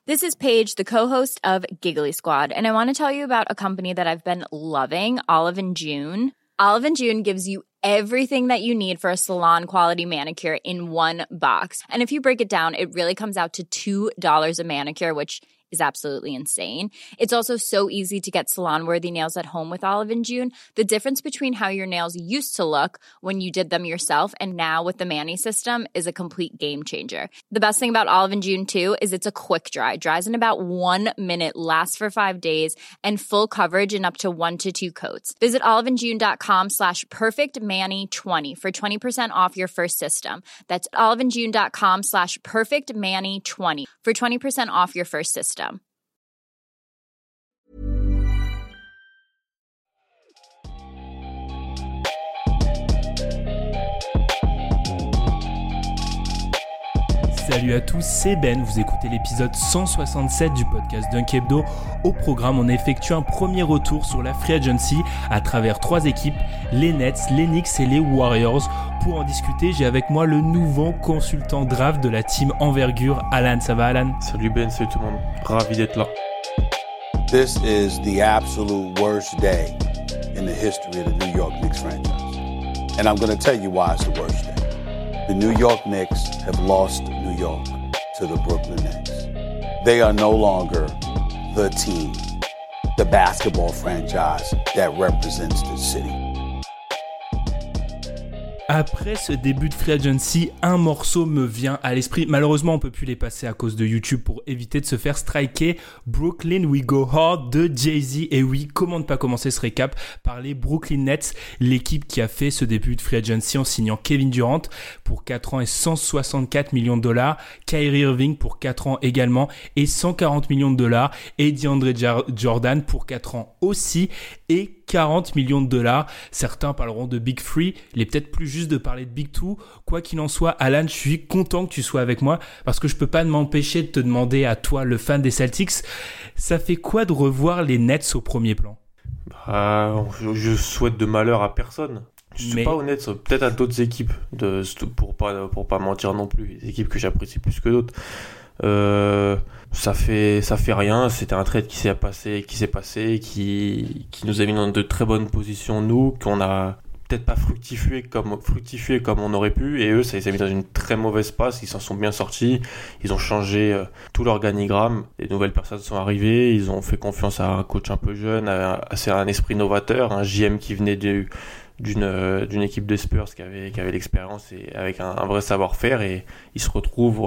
This is Paige, the co-host of Giggly Squad, and I want to tell you about a company that I've been loving, Olive & June. Olive & June gives you everything that you need for a salon-quality manicure in one box. And if you break it down, it really comes out to $2 a manicure, which is absolutely insane. It's also so easy to get salon-worthy nails at home with Olive & June. The difference between how your nails used to look when you did them yourself and now with the Mani system is a complete game changer. The best thing about Olive & June, too, is it's a quick dry. Dries in about 1 minute, lasts for 5 days, and full coverage in up to 1 to 2 coats. Visit oliveandjune.com/perfectmani20 for 20% off your first system. That's oliveandjune.com/perfectmani20 for 20% off your first system. Salut à tous, c'est Ben, vous écoutez l'épisode 167 du podcast Dunk Hebdo. Au programme, on effectue un premier retour sur la Free Agency à travers 3 équipes, les Nets, les Knicks et les Warriors. Pour en discuter, j'ai avec moi le nouveau consultant draft de la team Envergure, Alan. Ça va, Alan? Salut Ben, salut tout le monde, ravi d'être là. This is the absolute worst day in the history of the New York Knicks franchise. And I'm going to tell you why it's the worst day. The New York Knicks have lost New York to the Brooklyn Nets. They are no longer the team, the basketball franchise that represents the city. Après ce début de Free Agency, un morceau me vient à l'esprit. Malheureusement, on peut plus les passer à cause de YouTube pour éviter de se faire striker. Brooklyn We Go Hard de Jay-Z. Et oui, comment ne pas commencer ce récap par les Brooklyn Nets, l'équipe qui a fait ce début de Free Agency en signant Kevin Durant pour 4 ans et 164 millions de dollars, Kyrie Irving pour 4 ans également et 140 millions de dollars, et DeAndre Jordan pour 4 ans aussi et 40 millions de dollars. Certains parleront de Big Three, il est peut-être plus juste de parler de Big Two. Quoi qu'il en soit, Alan, je suis content que tu sois avec moi parce que je peux pas m'empêcher de te demander à toi, le fan des Celtics, ça fait quoi de revoir les Nets au premier plan? Je souhaite de malheur à personne. Je suis pas honnête, peut-être à d'autres équipes, pour pas mentir non plus, des équipes que j'apprécie plus que d'autres. Ça fait rien, c'était un trade qui s'est passé, qui nous a mis dans de très bonnes positions, nous, qu'on a peut-être pas fructifié comme on aurait pu, et eux, ça les a mis dans une très mauvaise passe. Ils s'en sont bien sortis, ils ont changé tout l'organigramme, des nouvelles personnes sont arrivées, ils ont fait confiance à un coach un peu jeune, à un esprit novateur, un JM qui venait d'une équipe de Spurs qui avait l'expérience et avec un vrai savoir-faire, et ils se retrouvent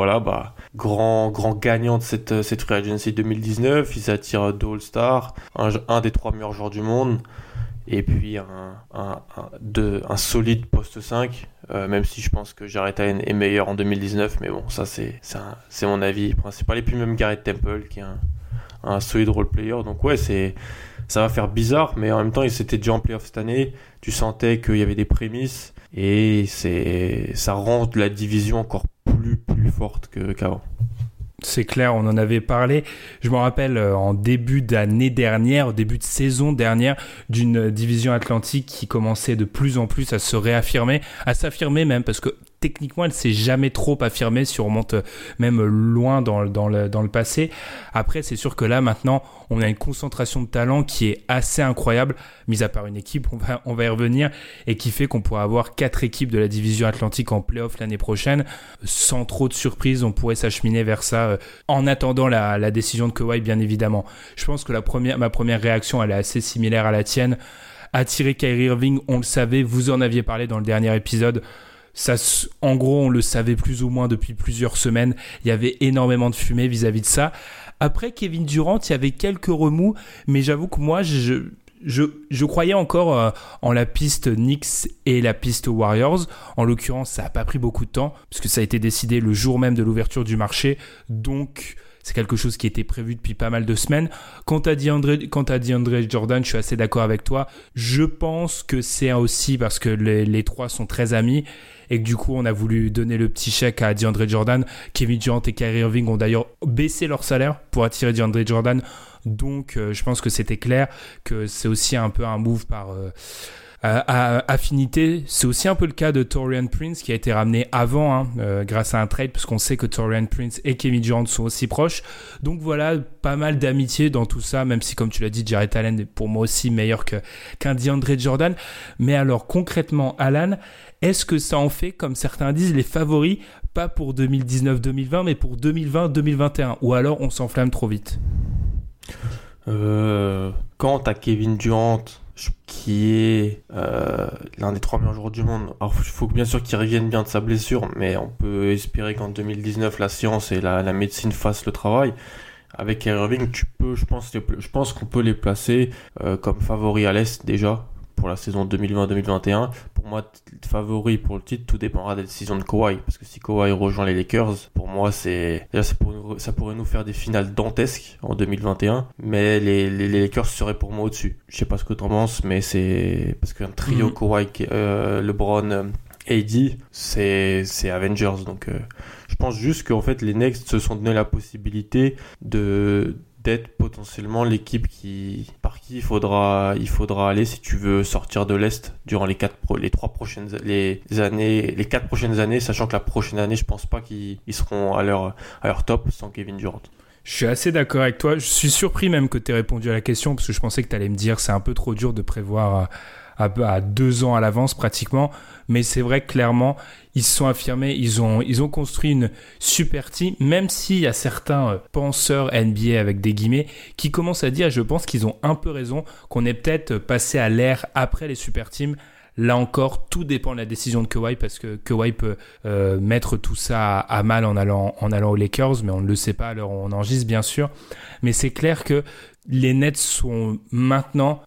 grand gagnant de cette Free Agency 2019. Ils attirent 2 All-Stars, un des 3 meilleurs joueurs du monde, et puis un solide poste 5, même si je pense que Jarrett Allen est meilleur en 2019, mais bon, ça c'est mon avis principal. Et puis même Garrett Temple qui est un solide role player. Donc ouais, ça va faire bizarre, mais en même temps, ils étaient déjà en playoff cette année. Tu sentais qu'il y avait des prémices, et ça rend la division encore plus forte qu'avant. C'est clair, on en avait parlé. Je me rappelle en début d'année dernière, au début de saison dernière, d'une division atlantique qui commençait de plus en plus à se réaffirmer, à s'affirmer même, parce que techniquement, elle s'est jamais trop affirmée si on remonte même loin dans le passé. Après, c'est sûr que là, maintenant, on a une concentration de talent qui est assez incroyable, mis à part une équipe, on va y revenir, et qui fait qu'on pourra avoir 4 équipes de la division atlantique en play-off l'année prochaine. Sans trop de surprises, on pourrait s'acheminer vers ça, en attendant la décision de Kawhi, bien évidemment. Je pense que ma première réaction, elle est assez similaire à la tienne. Attirer Kyrie Irving, on le savait, vous en aviez parlé dans le dernier épisode. Ça, en gros, on le savait plus ou moins depuis plusieurs semaines. Il y avait énormément de fumée vis-à-vis de ça. Après Kevin Durant, il y avait quelques remous, mais j'avoue que moi, je croyais encore en la piste Knicks et la piste Warriors. En l'occurrence, ça n'a pas pris beaucoup de temps, parce que ça a été décidé le jour même de l'ouverture du marché. Donc, c'est quelque chose qui était prévu depuis pas mal de semaines. Quant à DeAndre Jordan, je suis assez d'accord avec toi. Je pense que c'est aussi parce que les 3 sont très amis, et que du coup, on a voulu donner le petit chèque à DeAndre Jordan. Kevin Durant et Kyrie Irving ont d'ailleurs baissé leur salaire pour attirer DeAndre Jordan. Donc, je pense que c'était clair que c'est aussi un peu un move affinité. C'est aussi un peu le cas de Taurean Prince qui a été ramené avant grâce à un trade, parce qu'on sait que Taurean Prince et Kevin Durant sont aussi proches. Donc voilà, pas mal d'amitié dans tout ça, même si comme tu l'as dit, Jarrett Allen est pour moi aussi meilleur qu'un DeAndre Jordan. Mais alors concrètement, Alan, est-ce que ça en fait, comme certains disent, les favoris, pas pour 2019-2020, mais pour 2020-2021, ou alors on s'enflamme trop vite? Quand t'as Kevin Durant qui est l'un des 3 meilleurs joueurs du monde, alors il faut bien sûr qu'il revienne bien de sa blessure, mais on peut espérer qu'en 2019 la science et la médecine fassent le travail. Avec Kyrie Irving, je pense qu'on peut les placer comme favoris à l'Est déjà pour la saison 2020-2021. Pour moi, favori pour le titre, tout dépendra des décisions de Kawhi, parce que si Kawhi rejoint les Lakers, pour moi ça pourrait nous faire des finales dantesques en 2021, mais les Lakers seraient pour moi au-dessus. Je sais pas ce que t'en penses, mais c'est parce qu'un trio Kawhi, LeBron, AD, c'est Avengers, donc je pense juste qu'en fait les Nets se sont donné la possibilité d'être potentiellement l'équipe par qui il faudra aller si tu veux sortir de l'Est durant les 4 prochaines années, sachant que la prochaine année, je pense pas qu'ils seront à leur top sans Kevin Durant. Je suis assez d'accord avec toi. Je suis surpris même que tu aies répondu à la question, parce que je pensais que tu allais me dire c'est un peu trop dur de prévoir à 2 ans à l'avance pratiquement, mais c'est vrai que clairement ils se sont affirmés, ils ont construit une super team, même s'il y a certains penseurs NBA avec des guillemets qui commencent à dire, je pense qu'ils ont un peu raison, qu'on est peut-être passé à l'ère après les super teams. Là encore, tout dépend de la décision de Kawhi, parce que Kawhi peut mettre tout ça à mal en allant aux Lakers, mais on ne le sait pas à l'heure où on enregistre bien sûr. Mais c'est clair que les Nets sont maintenant,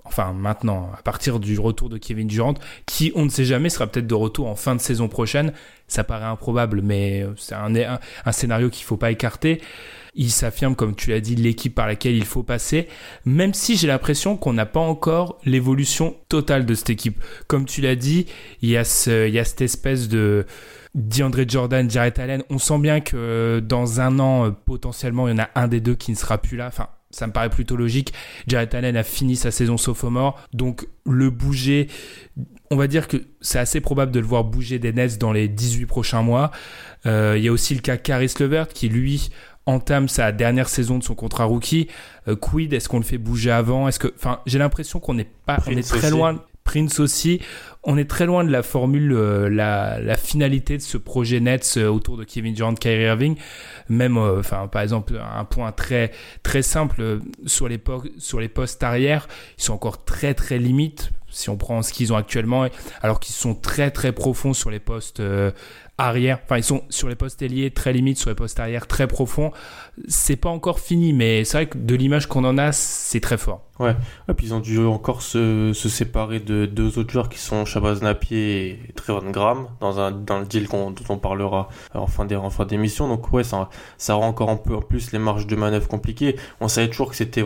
à partir du retour de Kevin Durant, qui, on ne sait jamais, sera peut-être de retour en fin de saison prochaine. Ça paraît improbable, mais c'est un scénario qu'il ne faut pas écarter. Il s'affirme, comme tu l'as dit, l'équipe par laquelle il faut passer, même si j'ai l'impression qu'on n'a pas encore l'évolution totale de cette équipe. Comme tu l'as dit, il y a cette espèce de DeAndre Jordan, Jarrett Allen. On sent bien que dans un an, potentiellement, il y en a un des deux qui ne sera plus là. Enfin, ça me paraît plutôt logique. Jarrett Allen a fini sa saison sophomore, donc le bouger, on va dire que c'est assez probable de le voir bouger des Nets dans les 18 prochains mois. Il y a aussi le cas Caris LeVert qui, lui, entame sa dernière saison de son contrat rookie. Quid, est-ce qu'on le fait bouger avant? J'ai l'impression qu'on est très loin. Prince aussi, on est très loin de la formule, la finalité de ce projet Nets autour de Kevin Durant, Kyrie Irving. Même, par exemple, un point très très simple sur les postes arrière, ils sont encore très très limites si on prend ce qu'ils ont actuellement, alors qu'ils sont très très profonds sur les postes arrière. Enfin, ils sont sur les postes ailiers très limites, sur les postes arrière très profonds. C'est pas encore fini, mais c'est vrai que de l'image qu'on en a, c'est très fort. Ouais, et puis ils ont dû encore se séparer de 2 autres joueurs qui sont Shabazz Napier et Trevon Graham dans le deal dont on parlera en fin d'émission. Donc ouais, ça rend encore un peu en plus les marges de manœuvre compliquées. On savait toujours que c'était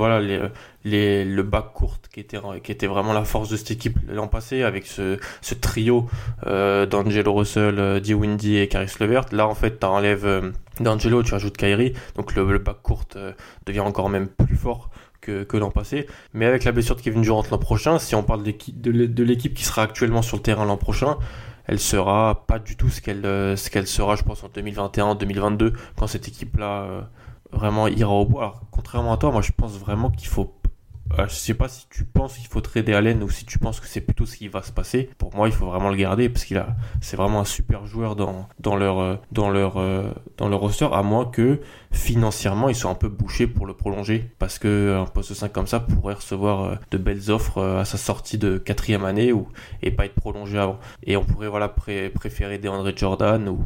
le backcourt qui était vraiment la force de cette équipe l'an passé, avec ce trio d'Angelo Russell, D-Windy et Caris LeVert. Là en fait t'enlèves d'Angelo, tu rajoutes Kyrie, donc le backcourt devient encore même plus fort que l'an passé. Mais avec la blessure de Kevin Durant l'an prochain, si on parle de l'équipe qui sera actuellement sur le terrain l'an prochain, elle sera pas du tout ce qu'elle sera, je pense, en 2021-2022, quand cette équipe-là vraiment ira au bout. Alors, contrairement à toi, moi je pense vraiment qu'il faut... je sais pas si tu penses qu'il faut trader Allen ou si tu penses que c'est plutôt ce qui va se passer. Pour moi, il faut vraiment le garder parce c'est vraiment un super joueur dans leur roster, à moins que financièrement ils soient un peu bouchés pour le prolonger, parce que un poste 5 comme ça pourrait recevoir de belles offres à sa sortie de 4e année et pas être prolongé avant. Et on pourrait préférer DeAndre Jordan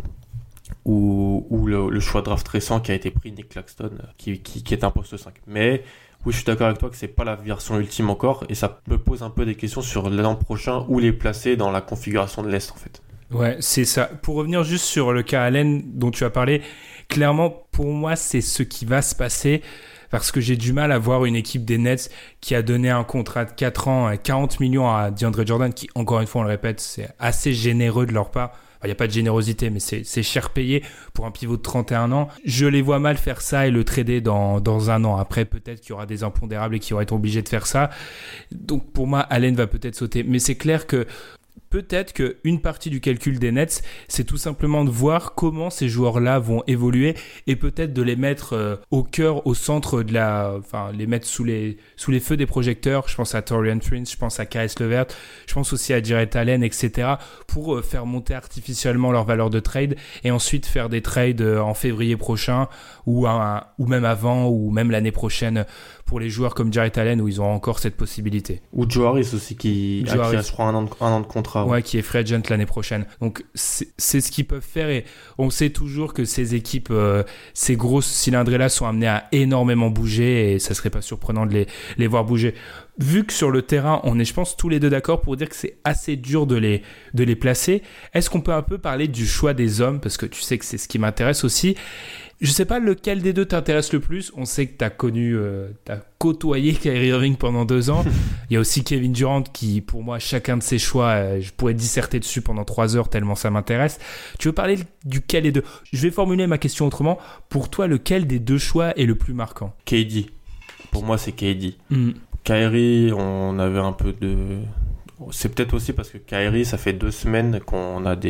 ou le choix de draft récent qui a été pris, Nick Claxton, qui est un poste 5. Mais oui, je suis d'accord avec toi que c'est pas la version ultime encore, et ça me pose un peu des questions sur l'an prochain, où les placer dans la configuration de l'Est en fait. Ouais, c'est ça. Pour revenir juste sur le cas Allen dont tu as parlé, clairement pour moi c'est ce qui va se passer, parce que j'ai du mal à voir une équipe des Nets qui a donné un contrat de 4 ans, 40 millions à DeAndre Jordan, qui, encore une fois on le répète, c'est assez généreux de leur part. il n'y a pas de générosité, mais c'est cher payé pour un pivot de 31 ans. Je les vois mal faire ça et le trader dans un an. Après, peut-être qu'il y aura des impondérables et qu'ils vont être obligés de faire ça. Donc, pour moi, Allen va peut-être sauter. Mais c'est clair que peut-être qu'une partie du calcul des Nets, c'est tout simplement de voir comment ces joueurs-là vont évoluer et peut-être de les mettre au cœur, au centre les mettre sous les feux des projecteurs. Je pense à Taurean Prince, je pense à Caris LeVert, je pense aussi à Jarrett Allen, etc. pour faire monter artificiellement leur valeur de trade et ensuite faire des trades en février prochain ou même avant ou même l'année prochaine pour les joueurs comme Jarrett Allen où ils ont encore cette possibilité. Ou Joe Harris aussi qui a je crois un an de contrat. Ouais, qui est free agent l'année prochaine. Donc c'est ce qu'ils peuvent faire et on sait toujours que ces équipes, ces grosses cylindrées-là sont amenées à énormément bouger et ça serait pas surprenant de les voir bouger. Vu que sur le terrain, on est, je pense, tous les deux d'accord pour dire que c'est assez dur de les placer, est-ce qu'on peut un peu parler du choix des hommes? Parce que tu sais que c'est ce qui m'intéresse aussi. Je sais pas lequel des deux t'intéresse le plus. On sait que t'as côtoyé Kyrie Irving pendant 2 ans. Il y a aussi Kevin Durant qui, pour moi, chacun de ses choix, je pourrais disserter dessus pendant 3 heures tellement ça m'intéresse. Tu veux parler duquel des deux? Je vais formuler ma question autrement. Pour toi, lequel des deux choix est le plus marquant? KD. Pour moi, c'est KD. Kyrie, on avait un peu de... C'est peut-être aussi parce que Kyrie, ça fait quelques semaines qu'on a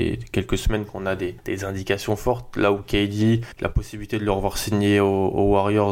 des indications fortes. Là où KD, la possibilité de le revoir signer aux Warriors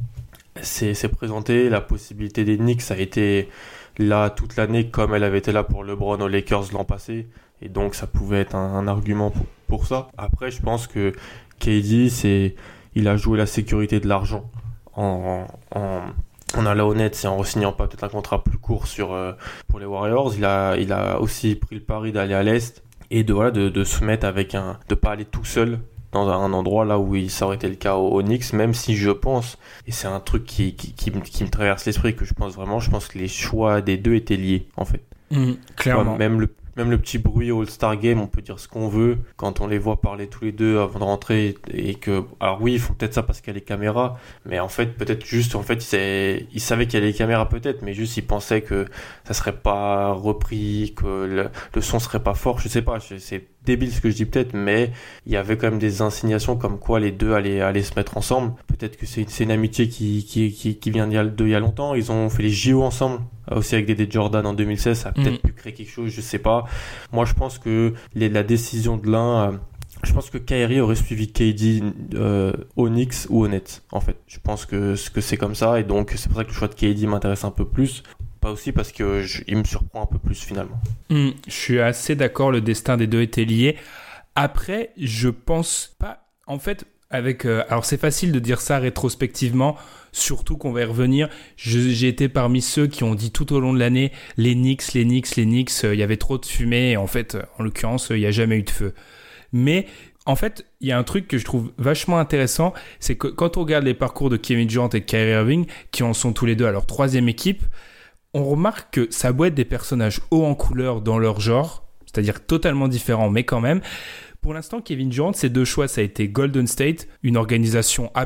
s'est présentée. La possibilité des Knicks a été là toute l'année comme elle avait été là pour LeBron aux Lakers l'an passé. Et donc ça pouvait être un argument pour ça. Après, je pense que KD, il a joué la sécurité de l'argent en allant au Nets et en re-signant pas peut-être un contrat plus court pour les Warriors. Il a aussi pris le pari d'aller à l'Est et de se mettre de pas aller tout seul dans un endroit là où ça aurait été le cas aux Knicks, même si je pense, et c'est un truc qui me traverse l'esprit, que je pense que les choix des deux étaient liés en fait. Clairement. Même le petit bruit au All-Star Game, on peut dire ce qu'on veut quand on les voit parler tous les deux avant de rentrer et que, alors oui, ils font peut-être ça parce qu'il y a les caméras, mais en fait, peut-être juste, ils savaient qu'il y a les caméras peut-être, mais juste ils pensaient que ça serait pas repris, que le son serait pas fort, je sais pas, c'est débile ce que je dis peut-être, mais il y avait quand même des insinuations comme quoi les deux allaient se mettre ensemble. Peut-être que c'est une amitié qui vient d'il y a longtemps. Ils ont fait les JO ensemble, aussi avec Dédé Jordan en 2016. Ça a peut-être pu créer quelque chose, je sais pas. Moi, je pense que la décision de l'un... je pense que Kyrie aurait suivi KD aux Knicks ou aux Nets, en fait. Je pense que c'est comme ça, et donc c'est pour ça que le choix de KD m'intéresse un peu plus. Pas aussi parce qu'il me surprend un peu plus finalement. Je suis assez d'accord, le destin des deux était lié. Après, je pense pas... En fait, alors c'est facile de dire ça rétrospectivement, surtout qu'on va y revenir. J'ai été parmi ceux qui ont dit tout au long de l'année les Knicks, il y avait trop de fumée, et en fait, en l'occurrence, il n'y a jamais eu de feu. Mais... En fait, il y a un truc que je trouve vachement intéressant, c'est que quand on regarde les parcours de Kevin Durant et de Kyrie Irving, qui en sont tous les deux à leur 3e équipe, on remarque que ça doit être des personnages hauts en couleur dans leur genre, c'est-à-dire totalement différents, mais quand même. Pour l'instant, Kevin Durant, ses deux choix, ça a été Golden State, une organisation A+,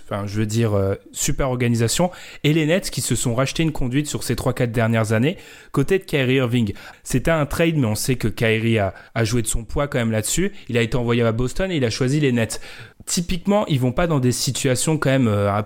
super organisation, et les Nets qui se sont rachetés une conduite sur ces 3-4 dernières années. Côté de Kyrie Irving, c'était un trade, mais on sait que Kyrie a joué de son poids quand même là-dessus. Il a été envoyé à Boston et il a choisi les Nets. Typiquement, ils vont pas dans des situations quand même un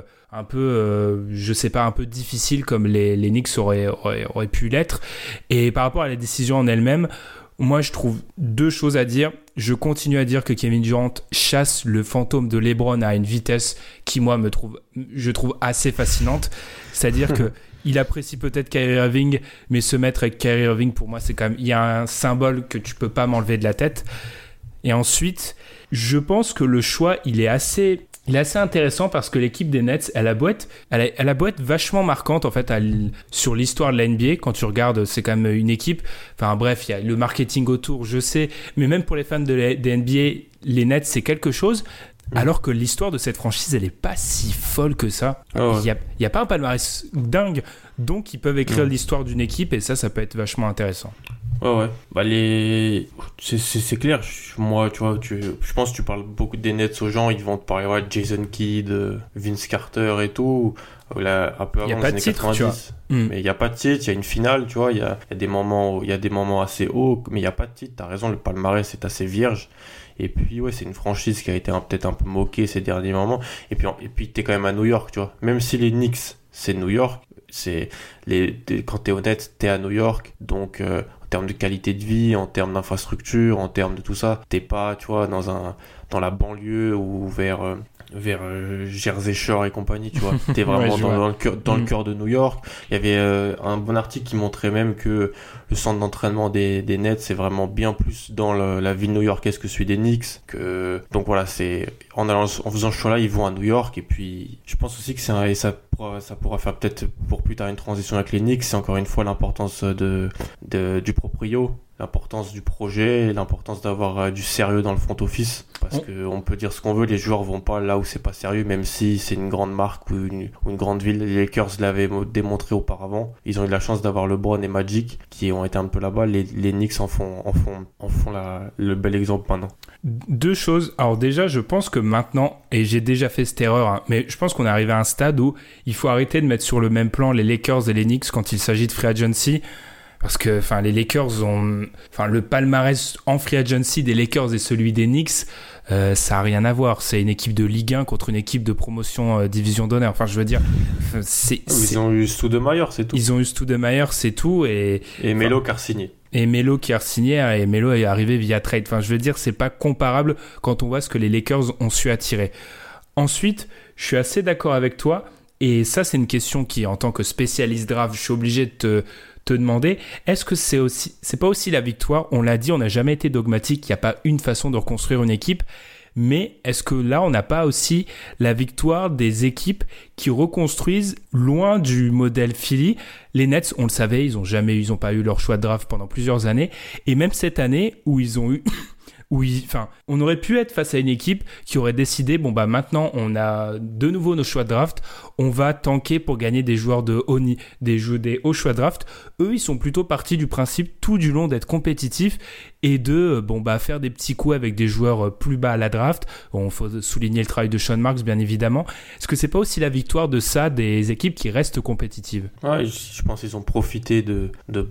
peu difficiles comme les Knicks auraient pu l'être. Et par rapport à la décision en elle-même, moi, je trouve 2 choses à dire. Je continue à dire que Kevin Durant chasse le fantôme de LeBron à une vitesse qui, moi, je trouve assez fascinante. C'est-à-dire que il apprécie peut-être Kyrie Irving, mais se mettre avec Kyrie Irving, pour moi, c'est quand même... Il y a un symbole que tu peux pas m'enlever de la tête. Et ensuite, je pense que le choix, il est assez intéressant parce que l'équipe des Nets, elle a beau être vachement marquante en fait sur l'histoire de la NBA. Quand tu regardes, c'est quand même une équipe. Enfin bref, il y a le marketing autour, je sais, mais même pour les fans des NBA, les Nets, c'est quelque chose. Alors que l'histoire de cette franchise, elle est pas si folle que ça. Il y a pas un palmarès dingue, donc ils peuvent écrire l'histoire d'une équipe et ça peut être vachement intéressant. Ouais. Bah c'est clair. Moi, tu vois, je pense que tu parles beaucoup des Nets aux gens, ils vont te parler de Jason Kidd, Vince Carter et tout. Là, un peu avant les années 90. Mais il n'y a pas de titre, il y a une finale, tu vois, il y a des moments assez hauts, mais il n'y a pas de titre. T'as raison, le palmarès est assez vierge. Et puis ouais, c'est une franchise qui a été peut-être un peu moquée ces derniers moments. Et puis t'es quand même à New York, tu vois. Même si les Knicks, c'est New York, quand t'es honnête, t'es à New York, donc en termes de qualité de vie, en termes d'infrastructure, en termes de tout ça, t'es pas, tu vois, dans la banlieue ou vers Jersey Shore et compagnie, tu vois. T'es vraiment dans le cœur de New York. Il y avait un bon article qui montrait même que le centre d'entraînement des Nets, c'est vraiment bien plus dans la ville new-yorkaise que celui des Knicks. Donc voilà, en faisant ce choix-là, ils vont à New York. Et puis, je pense aussi que ça pourra faire peut-être pour plus tard une transition avec les Knicks. C'est encore une fois l'importance du proprio, l'importance du projet, l'importance d'avoir du sérieux dans le front office, parce que on peut dire ce qu'on veut, les joueurs vont pas là où c'est pas sérieux, même si c'est une grande marque ou une grande ville. Les Lakers l'avaient démontré auparavant. Ils ont eu la chance d'avoir LeBron et Magic qui ont été un peu là-bas. Les Knicks en font le bel exemple maintenant. Deux choses. Alors déjà, je pense que maintenant, et j'ai déjà fait cette erreur, mais je pense qu'on est arrivé à un stade où il faut arrêter de mettre sur le même plan les Lakers et les Knicks quand il s'agit de free agency. Parce que les Lakers ont... le palmarès en free agency des Lakers et celui des Knicks, ça n'a rien à voir. C'est une équipe de Ligue 1 contre une équipe de promotion division d'honneur. Enfin, je veux dire... Ils ont eu Stoudemire, c'est tout. Ils ont eu Stoudemire, c'est tout. Et Melo qui a signé. Et Melo qui a signé, et Melo est arrivé via trade. Enfin, je veux dire, c'est pas comparable quand on voit ce que les Lakers ont su attirer. Ensuite, je suis assez d'accord avec toi. Et ça, c'est une question qui, en tant que spécialiste draft, je suis obligé de te demander, est-ce que c'est pas aussi la victoire? On l'a dit, on n'a jamais été dogmatique, il n'y a pas une façon de reconstruire une équipe, mais est-ce que là, on n'a pas aussi la victoire des équipes qui reconstruisent loin du modèle Philly? Les Nets, on le savait, ils ont pas eu leur choix de draft pendant plusieurs années, et même cette année où ils ont eu... on aurait pu être face à une équipe qui aurait décidé, maintenant on a de nouveau nos choix de draft, on va tanker pour gagner des joueurs des hauts choix de draft. Eux, ils sont plutôt partis du principe tout du long d'être compétitifs et de faire des petits coups avec des joueurs plus bas à la draft. Il faut souligner le travail de Sean Marks, bien évidemment. Est-ce que c'est pas aussi la victoire de ça des équipes qui restent compétitives? Ouais, je pense qu'ils ont profité de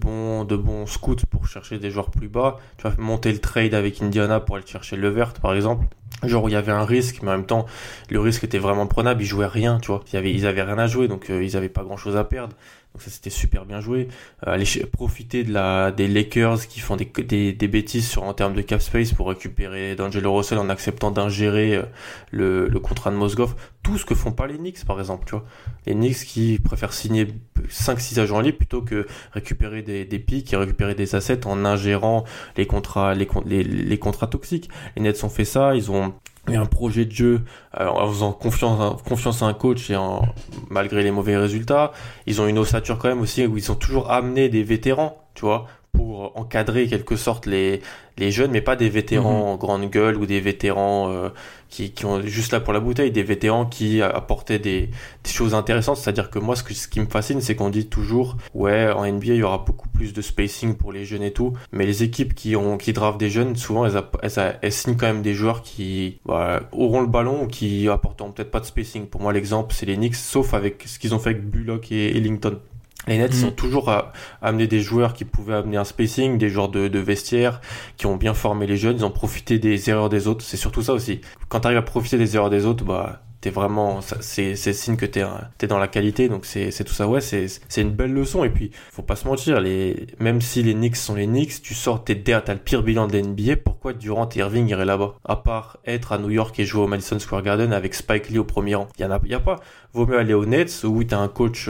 bons scouts pour chercher des joueurs plus bas. Tu vas monter le trade avec Indiana pour aller chercher Levert, par exemple. Genre où il y avait un risque, mais en même temps, le risque était vraiment prenable. Ils jouaient rien, tu vois. Ils avaient rien à jouer, donc ils avaient pas grand chose à perdre. Donc ça, c'était super bien joué. Aller profiter des Lakers qui font des bêtises en termes de cap space pour récupérer D'Angelo Russell en acceptant d'ingérer le contrat de Mozgov. Tout ce que font pas les Knicks, par exemple, tu vois. Les Knicks qui préfèrent signer 5-6 agents libres plutôt que récupérer des pics et récupérer des assets en ingérant les contrats toxiques. Les Nets ont fait ça, ils ont eu un projet de jeu en faisant confiance à un coach et malgré les mauvais résultats. Ils ont une ossature quand même aussi où ils ont toujours amené des vétérans, tu vois, pour encadrer quelque sorte les jeunes, mais pas des vétérans en grande gueule ou des vétérans qui ont juste là pour la bouteille, des vétérans qui apportaient des choses intéressantes. C'est-à-dire que moi, ce qui me fascine, c'est qu'on dit toujours, ouais, en NBA, il y aura beaucoup plus de spacing pour les jeunes et tout, mais les équipes qui draftent des jeunes, souvent, elles signent quand même des joueurs qui auront le ballon ou qui apporteront peut-être pas de spacing. Pour moi, l'exemple, c'est les Knicks, sauf avec ce qu'ils ont fait avec Bullock et Ellington. Les Nets ont toujours amené des joueurs qui pouvaient amener un spacing, des joueurs de vestiaire, qui ont bien formé les jeunes, ils ont profité des erreurs des autres. C'est surtout ça aussi. Quand tu arrives à profiter des erreurs des autres, t'es vraiment, c'est signe que t'es dans la qualité, donc c'est tout ça. Ouais, c'est une belle leçon. Et puis, faut pas se mentir, même si les Knicks sont les Knicks, t'as le pire bilan de la NBA, pourquoi Durant et Irving iraient là-bas? À part être à New York et jouer au Madison Square Garden avec Spike Lee au premier rang. Y a pas. Vaut mieux aller aux Nets, où t'as un coach,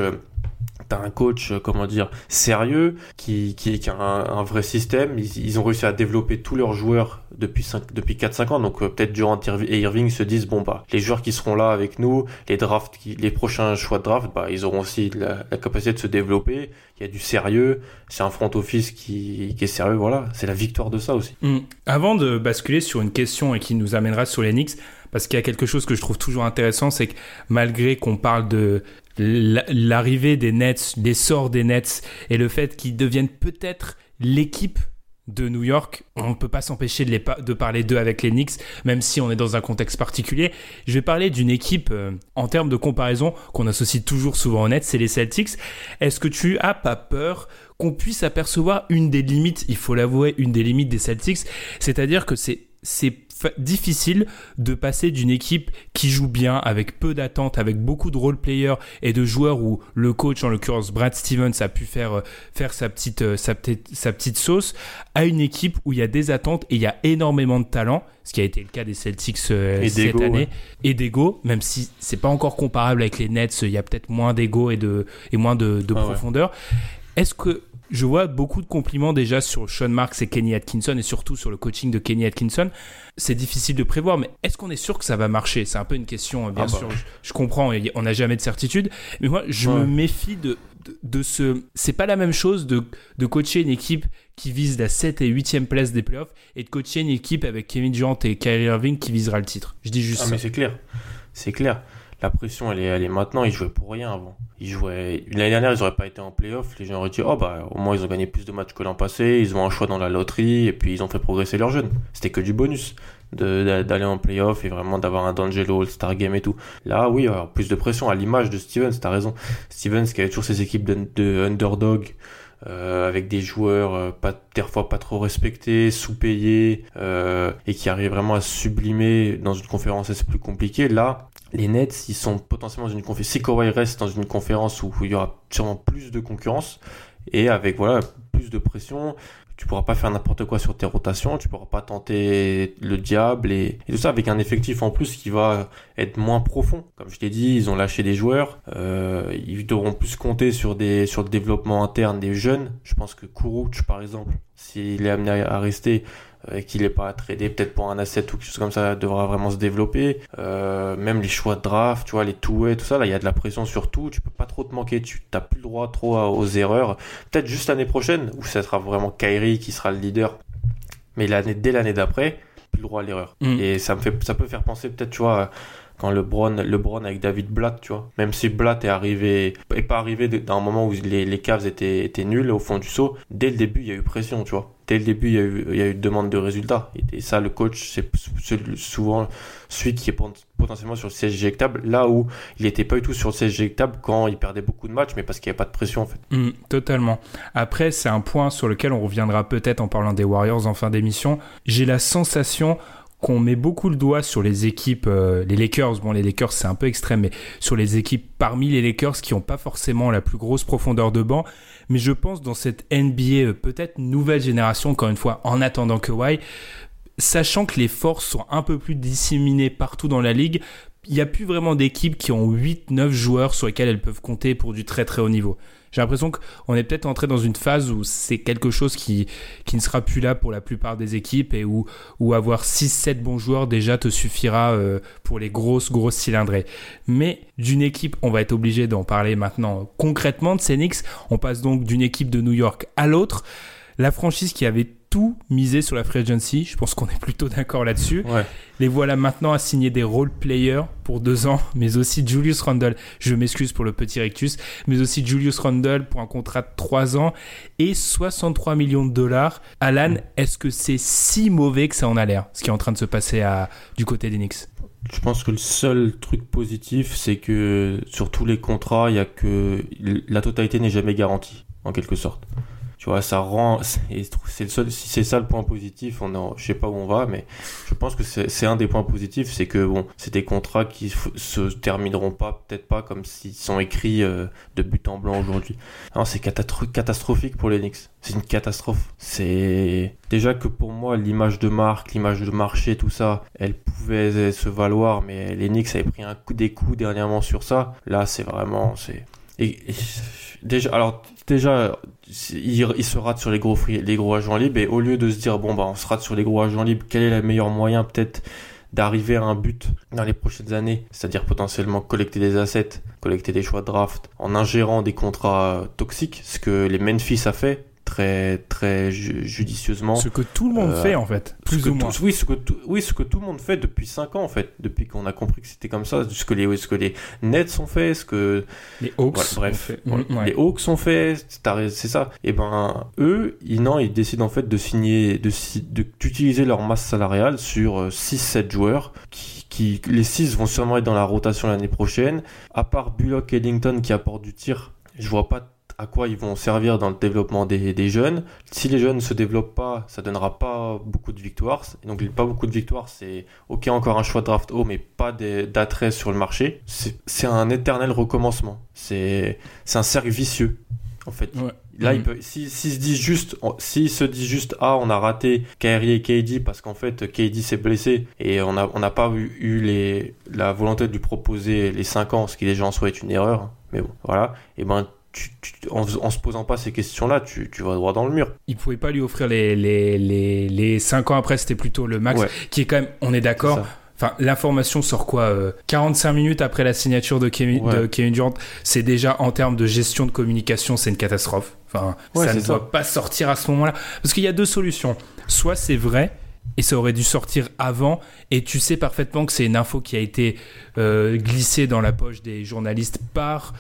sérieux, qui a un vrai système. Ils ont réussi à développer tous leurs joueurs depuis 4-5 ans. Donc, peut-être Durant et Irving se disent, les joueurs qui seront là avec nous, les prochains choix de draft, ils auront aussi la capacité de se développer. Il y a du sérieux. C'est un front office qui est sérieux. Voilà. C'est la victoire de ça aussi. Avant de basculer sur une question et qui nous amènera sur les Knicks, parce qu'il y a quelque chose que je trouve toujours intéressant, c'est que malgré qu'on parle de l'arrivée des Nets, l'essor des Nets et le fait qu'ils deviennent peut-être l'équipe de New York, on ne peut pas s'empêcher de parler d'eux avec les Knicks, même si on est dans un contexte particulier. Je vais parler d'une équipe, en termes de comparaison, qu'on associe toujours souvent aux Nets, c'est les Celtics. Est-ce que tu as pas peur qu'on puisse apercevoir une des limites, il faut l'avouer, une des limites des Celtics, c'est-à-dire que c'est difficile de passer d'une équipe qui joue bien, avec peu d'attentes, avec beaucoup de role-players et de joueurs où le coach, en l'occurrence Brad Stevens, a pu faire sa petite sauce, à une équipe où il y a des attentes et il y a énormément de talent, ce qui a été le cas des Celtics cette année, ouais. Et d'ego, même si c'est pas encore comparable avec les Nets, il y a peut-être moins d'ego et moins de profondeur. Ouais. Est-ce que je vois beaucoup de compliments déjà sur Sean Marks et Kenny Atkinson, et surtout sur le coaching de Kenny Atkinson. C'est difficile de prévoir, mais est-ce qu'on est sûr que ça va marcher ? C'est un peu une question, bien sûr. Je comprends, on n'a jamais de certitude. Mais moi, je me méfie de ce... C'est pas la même chose de coacher une équipe qui vise la 7 et 8e place des playoffs et de coacher une équipe avec Kevin Durant et Kyrie Irving qui visera le titre. Je dis juste ça. Mais c'est clair. La pression, elle est maintenant. Ils jouaient pour rien avant. L'année dernière, ils n'auraient pas été en play-off. Les gens auraient dit, au moins, ils ont gagné plus de matchs que l'an passé. Ils ont un choix dans la loterie. Et puis, ils ont fait progresser leurs jeunes. C'était que du bonus d'aller en play-off et vraiment d'avoir un D'Angelo All-Star Game et tout. Là, oui, alors, plus de pression à l'image de Stevens. T'as raison. Stevens qui avait toujours ses équipes de underdog. Avec des joueurs parfois pas trop respectés, sous-payés, et qui arrivent vraiment à se sublimer dans une conférence assez plus compliquée. Là, les Nets, ils sont potentiellement dans une conférence. Si Kawhi reste dans une conférence où il y aura sûrement plus de concurrence et avec plus de pression, tu pourras pas faire n'importe quoi sur tes rotations, tu pourras pas tenter le diable et tout ça, avec un effectif en plus qui va être moins profond. Comme je t'ai dit, ils ont lâché des joueurs, ils devront plus compter sur le développement interne des jeunes. Je pense que Kuruc, par exemple, s'il est amené à rester, qu'il n'est pas tradé peut-être pour un asset ou quelque chose comme ça, devra vraiment se développer. Même les choix de draft, tu vois, les two-way, tout ça, là, il y a de la pression sur tout. Tu peux pas trop te manquer. Tu n'as plus le droit trop aux erreurs. Peut-être juste l'année prochaine, où ça sera vraiment Kyrie qui sera le leader. Mais dès l'année d'après, plus le droit à l'erreur. Et ça peut faire penser peut-être, tu vois, quand LeBron avec David Blatt, tu vois. Même si Blatt est pas arrivé dans un moment où les Cavs étaient nuls au fond du seau, dès le début, il y a eu pression, tu vois. Dès le début, il y a eu demande de résultats. Et ça, le coach, c'est souvent celui qui est potentiellement sur le siège éjectable, là où il n'était pas du tout sur le siège éjectable quand il perdait beaucoup de matchs, mais parce qu'il n'y avait pas de pression, en fait. Totalement. Après, c'est un point sur lequel on reviendra peut-être en parlant des Warriors en fin d'émission. J'ai la sensation qu'on met beaucoup le doigt sur les équipes, les Lakers. Bon, les Lakers, c'est un peu extrême, mais sur les équipes parmi les Lakers qui n'ont pas forcément la plus grosse profondeur de banc. Mais je pense dans cette NBA, peut-être nouvelle génération, encore une fois, en attendant Kawhi, sachant que les forces sont un peu plus disséminées partout dans la ligue, il n'y a plus vraiment d'équipes qui ont 8-9 joueurs sur lesquels elles peuvent compter pour du très très haut niveau. J'ai l'impression qu'on est peut-être entré dans une phase où c'est quelque chose qui ne sera plus là pour la plupart des équipes et où avoir 6-7 bons joueurs déjà te suffira pour les grosses cylindrées. Mais d'une équipe, on va être obligé d'en parler maintenant concrètement de ces Knicks. On passe donc d'une équipe de New York à l'autre. La franchise qui avait tout misé sur la free agency, je pense qu'on est plutôt d'accord là-dessus. Ouais. Les voilà maintenant à signer des role players pour 2 ans, mais aussi Julius Randle, je m'excuse pour le petit rectus, mais aussi Julius Randle pour un contrat de 3 ans et 63 millions de dollars. Alan, est-ce que c'est si mauvais que ça en a l'air, ce qui est en train de se passer du côté des Knicks ? Je pense que le seul truc positif, c'est que sur tous les contrats, il y a que la totalité n'est jamais garantie, en quelque sorte. Tu vois, ça rend, c'est le seul, si c'est ça le point positif, je sais pas où on va, mais je pense que c'est un des points positifs, c'est que bon, c'est des contrats qui se termineront peut-être pas comme s'ils sont écrits de but en blanc aujourd'hui. Non, c'est catastrophique pour les Knicks. C'est une catastrophe. C'est déjà que pour moi, l'image de marque, l'image de marché, tout ça, elle pouvait se valoir, mais les Knicks avaient pris des coups dernièrement sur ça. Là, c'est vraiment, Déjà, il se rate sur les gros agents libres, et au lieu de se dire, on se rate sur les gros agents libres, quel est le meilleur moyen peut-être d'arriver à un but dans les prochaines années, c'est-à-dire potentiellement collecter des assets, collecter des choix de draft, en ingérant des contrats toxiques, ce que les Memphis a fait très très judicieusement. Ce que tout le monde fait en fait, plus ou moins. Ce que tout le monde fait depuis 5 ans en fait, depuis qu'on a compris que c'était comme ça, ce que les Nets ont fait, ce que les Hawks les Hawks ont fait, c'est ça. Et ben eux, ils décident en fait de signer, d'utiliser leur masse salariale sur 6-7 joueurs qui les 6 vont sûrement être dans la rotation l'année prochaine. À part Bullock et Ellington qui apportent du tir, je vois pas à quoi ils vont servir dans le développement des jeunes. Si les jeunes ne se développent pas, ça donnera pas beaucoup de victoires. Et donc pas beaucoup de victoires, c'est ok, encore un choix de draft haut, mais pas d'attrait sur le marché. C'est un éternel recommencement. C'est un cercle vicieux en fait. Ouais. Là, s'il se dit juste, on a raté Kyrie et KD parce qu'en fait KD s'est blessé et on n'a pas eu la volonté de lui proposer les 5 ans, ce qui déjà en soi est une erreur. Mais bon, voilà. Et ben en se posant pas ces questions-là, tu vas droit dans le mur. Il pouvait pas lui offrir les 5 ans après, c'était plutôt le max, qui est quand même, on est d'accord. Enfin, l'information sort quoi 45 minutes après la signature de Kevin Durant. C'est déjà, en termes de gestion de communication, c'est une catastrophe. Enfin, ça ne doit pas sortir à ce moment-là. Parce qu'il y a 2 solutions. Soit c'est vrai, et ça aurait dû sortir avant, et tu sais parfaitement que c'est une info qui a été glissée dans la poche des journalistes par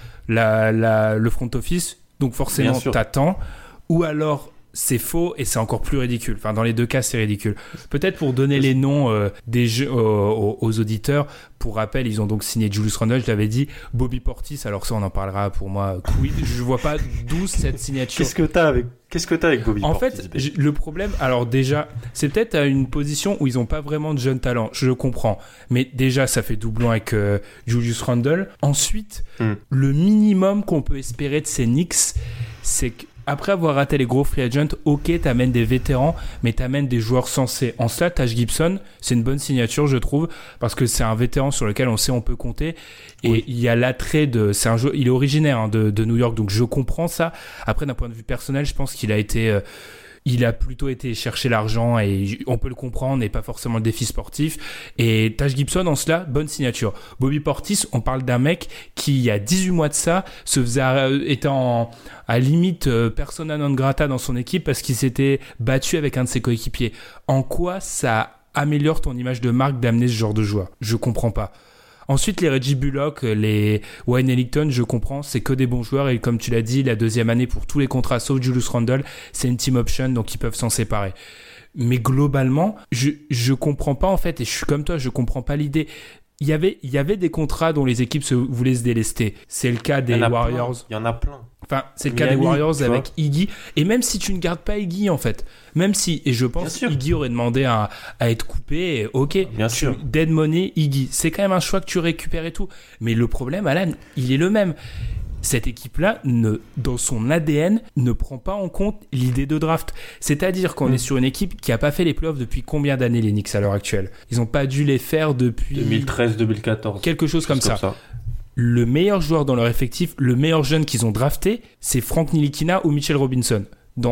le front office. Donc forcément, t'attends. Ou alors c'est faux et c'est encore plus ridicule. Enfin, dans les 2 cas, c'est ridicule. Peut-être pour donner les noms des jeux aux auditeurs, pour rappel, ils ont donc signé Julius Randle, je l'avais dit, Bobby Portis, alors ça on en parlera pour moi, quid. Je vois pas d'où cette signature. Qu'est-ce que t'as avec Bobby Portis? En fait, le problème, alors déjà, c'est peut-être à une position où ils ont pas vraiment de jeunes talents, je le comprends. Mais déjà, ça fait doublon avec Julius Randle. Ensuite, le minimum qu'on peut espérer de ces Knicks, c'est que après avoir raté les gros free agents, ok, t'amènes des vétérans, mais t'amènes des joueurs sensés. En cela, Taj Gibson, c'est une bonne signature, je trouve, parce que c'est un vétéran sur lequel on sait on peut compter. Et il y a l'attrait c'est un jeu, il est originaire de New York, donc je comprends ça. Après, d'un point de vue personnel, je pense qu'il a été... il a plutôt été chercher l'argent et on peut le comprendre et pas forcément le défi sportif. Et Taj Gibson, en cela, bonne signature. Bobby Portis, on parle d'un mec qui, il y a 18 mois de ça, était à limite persona non grata dans son équipe parce qu'il s'était battu avec un de ses coéquipiers. En quoi ça améliore ton image de marque d'amener ce genre de joueur? Je comprends pas. Ensuite, les Reggie Bullock, les Wayne Ellington, je comprends, c'est que des bons joueurs et comme tu l'as dit, la 2e année pour tous les contrats sauf Julius Randle, c'est une team option, donc ils peuvent s'en séparer. Mais globalement, je comprends pas en fait, et je suis comme toi, je comprends pas l'idée. Il y avait des contrats dont les équipes voulaient se délester. C'est le cas des Warriors. Il y en a plein. Enfin, c'est le cas des Warriors avec Iggy. Et même si tu ne gardes pas Iggy, en fait, même si, et je pense Iggy aurait demandé à être coupé, ok, dead money, Iggy. C'est quand même un choix que tu récupères et tout. Mais le problème, Alan, il est le même. Cette équipe-là, dans son ADN, ne prend pas en compte l'idée de draft. C'est-à-dire qu'on est sur une équipe qui n'a pas fait les playoffs depuis combien d'années, les Knicks, à l'heure actuelle? Ils n'ont pas dû les faire depuis... 2013-2014. Quelque chose comme ça. Le meilleur joueur dans leur effectif, le meilleur jeune qu'ils ont drafté, c'est Frank Ntilikina ou Mitchell Robinson.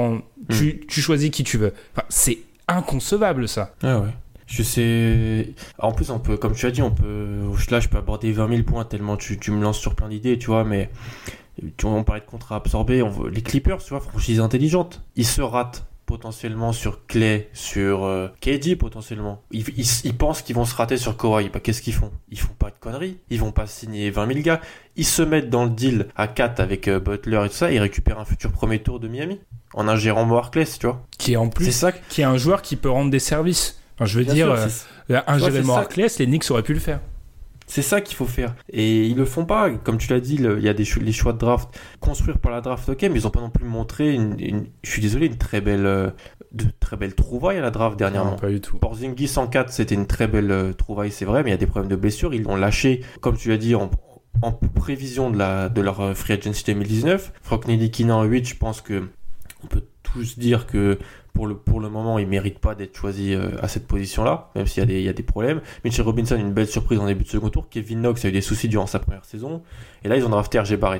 Tu choisis qui tu veux. Enfin, c'est inconcevable, ça. Ah ouais. Je sais. En plus, on peut, comme tu as dit, là, je peux aborder 20 000 points tellement tu me lances sur plein d'idées, tu vois. Mais on parlait de contrats absorbés. Les Clippers, tu vois, franchise intelligente. Ils se ratent potentiellement sur Clay, sur KD potentiellement. Ils pensent qu'ils vont se rater sur Kawhi. Bah, qu'est-ce qu'ils font? Ils font pas de conneries. Ils vont pas signer 20 000 gars. Ils se mettent dans le deal à 4 avec Butler et tout ça. Ils récupèrent un futur premier tour de Miami en ingérant Harkless, tu vois. Qui est en plus, qui est un joueur qui peut rendre des services. Enfin, je veux dire, ingérer Harkless, les Knicks auraient pu le faire. C'est ça qu'il faut faire. Et ils le font pas. Comme tu l'as dit, il y a les choix de draft. Construire par la draft, ok, mais ils ont pas non plus montré je suis désolé, une très belle trouvaille à la draft dernièrement. Non, pas du tout. Porzingis en 4, c'était une très belle trouvaille, c'est vrai, mais il y a des problèmes de blessure. Ils l'ont lâché, comme tu l'as dit, en prévision de leur free agency 2019. Frank Ntilikina en 8, je pense que on peut tous dire que pour le moment, il mérite pas d'être choisi à cette position-là, même s'il y a des problèmes. Mitchell Robinson, une belle surprise en début de second tour. Kevin Knox a eu des soucis durant sa première saison. Et là, ils ont drafté RJ Barrett.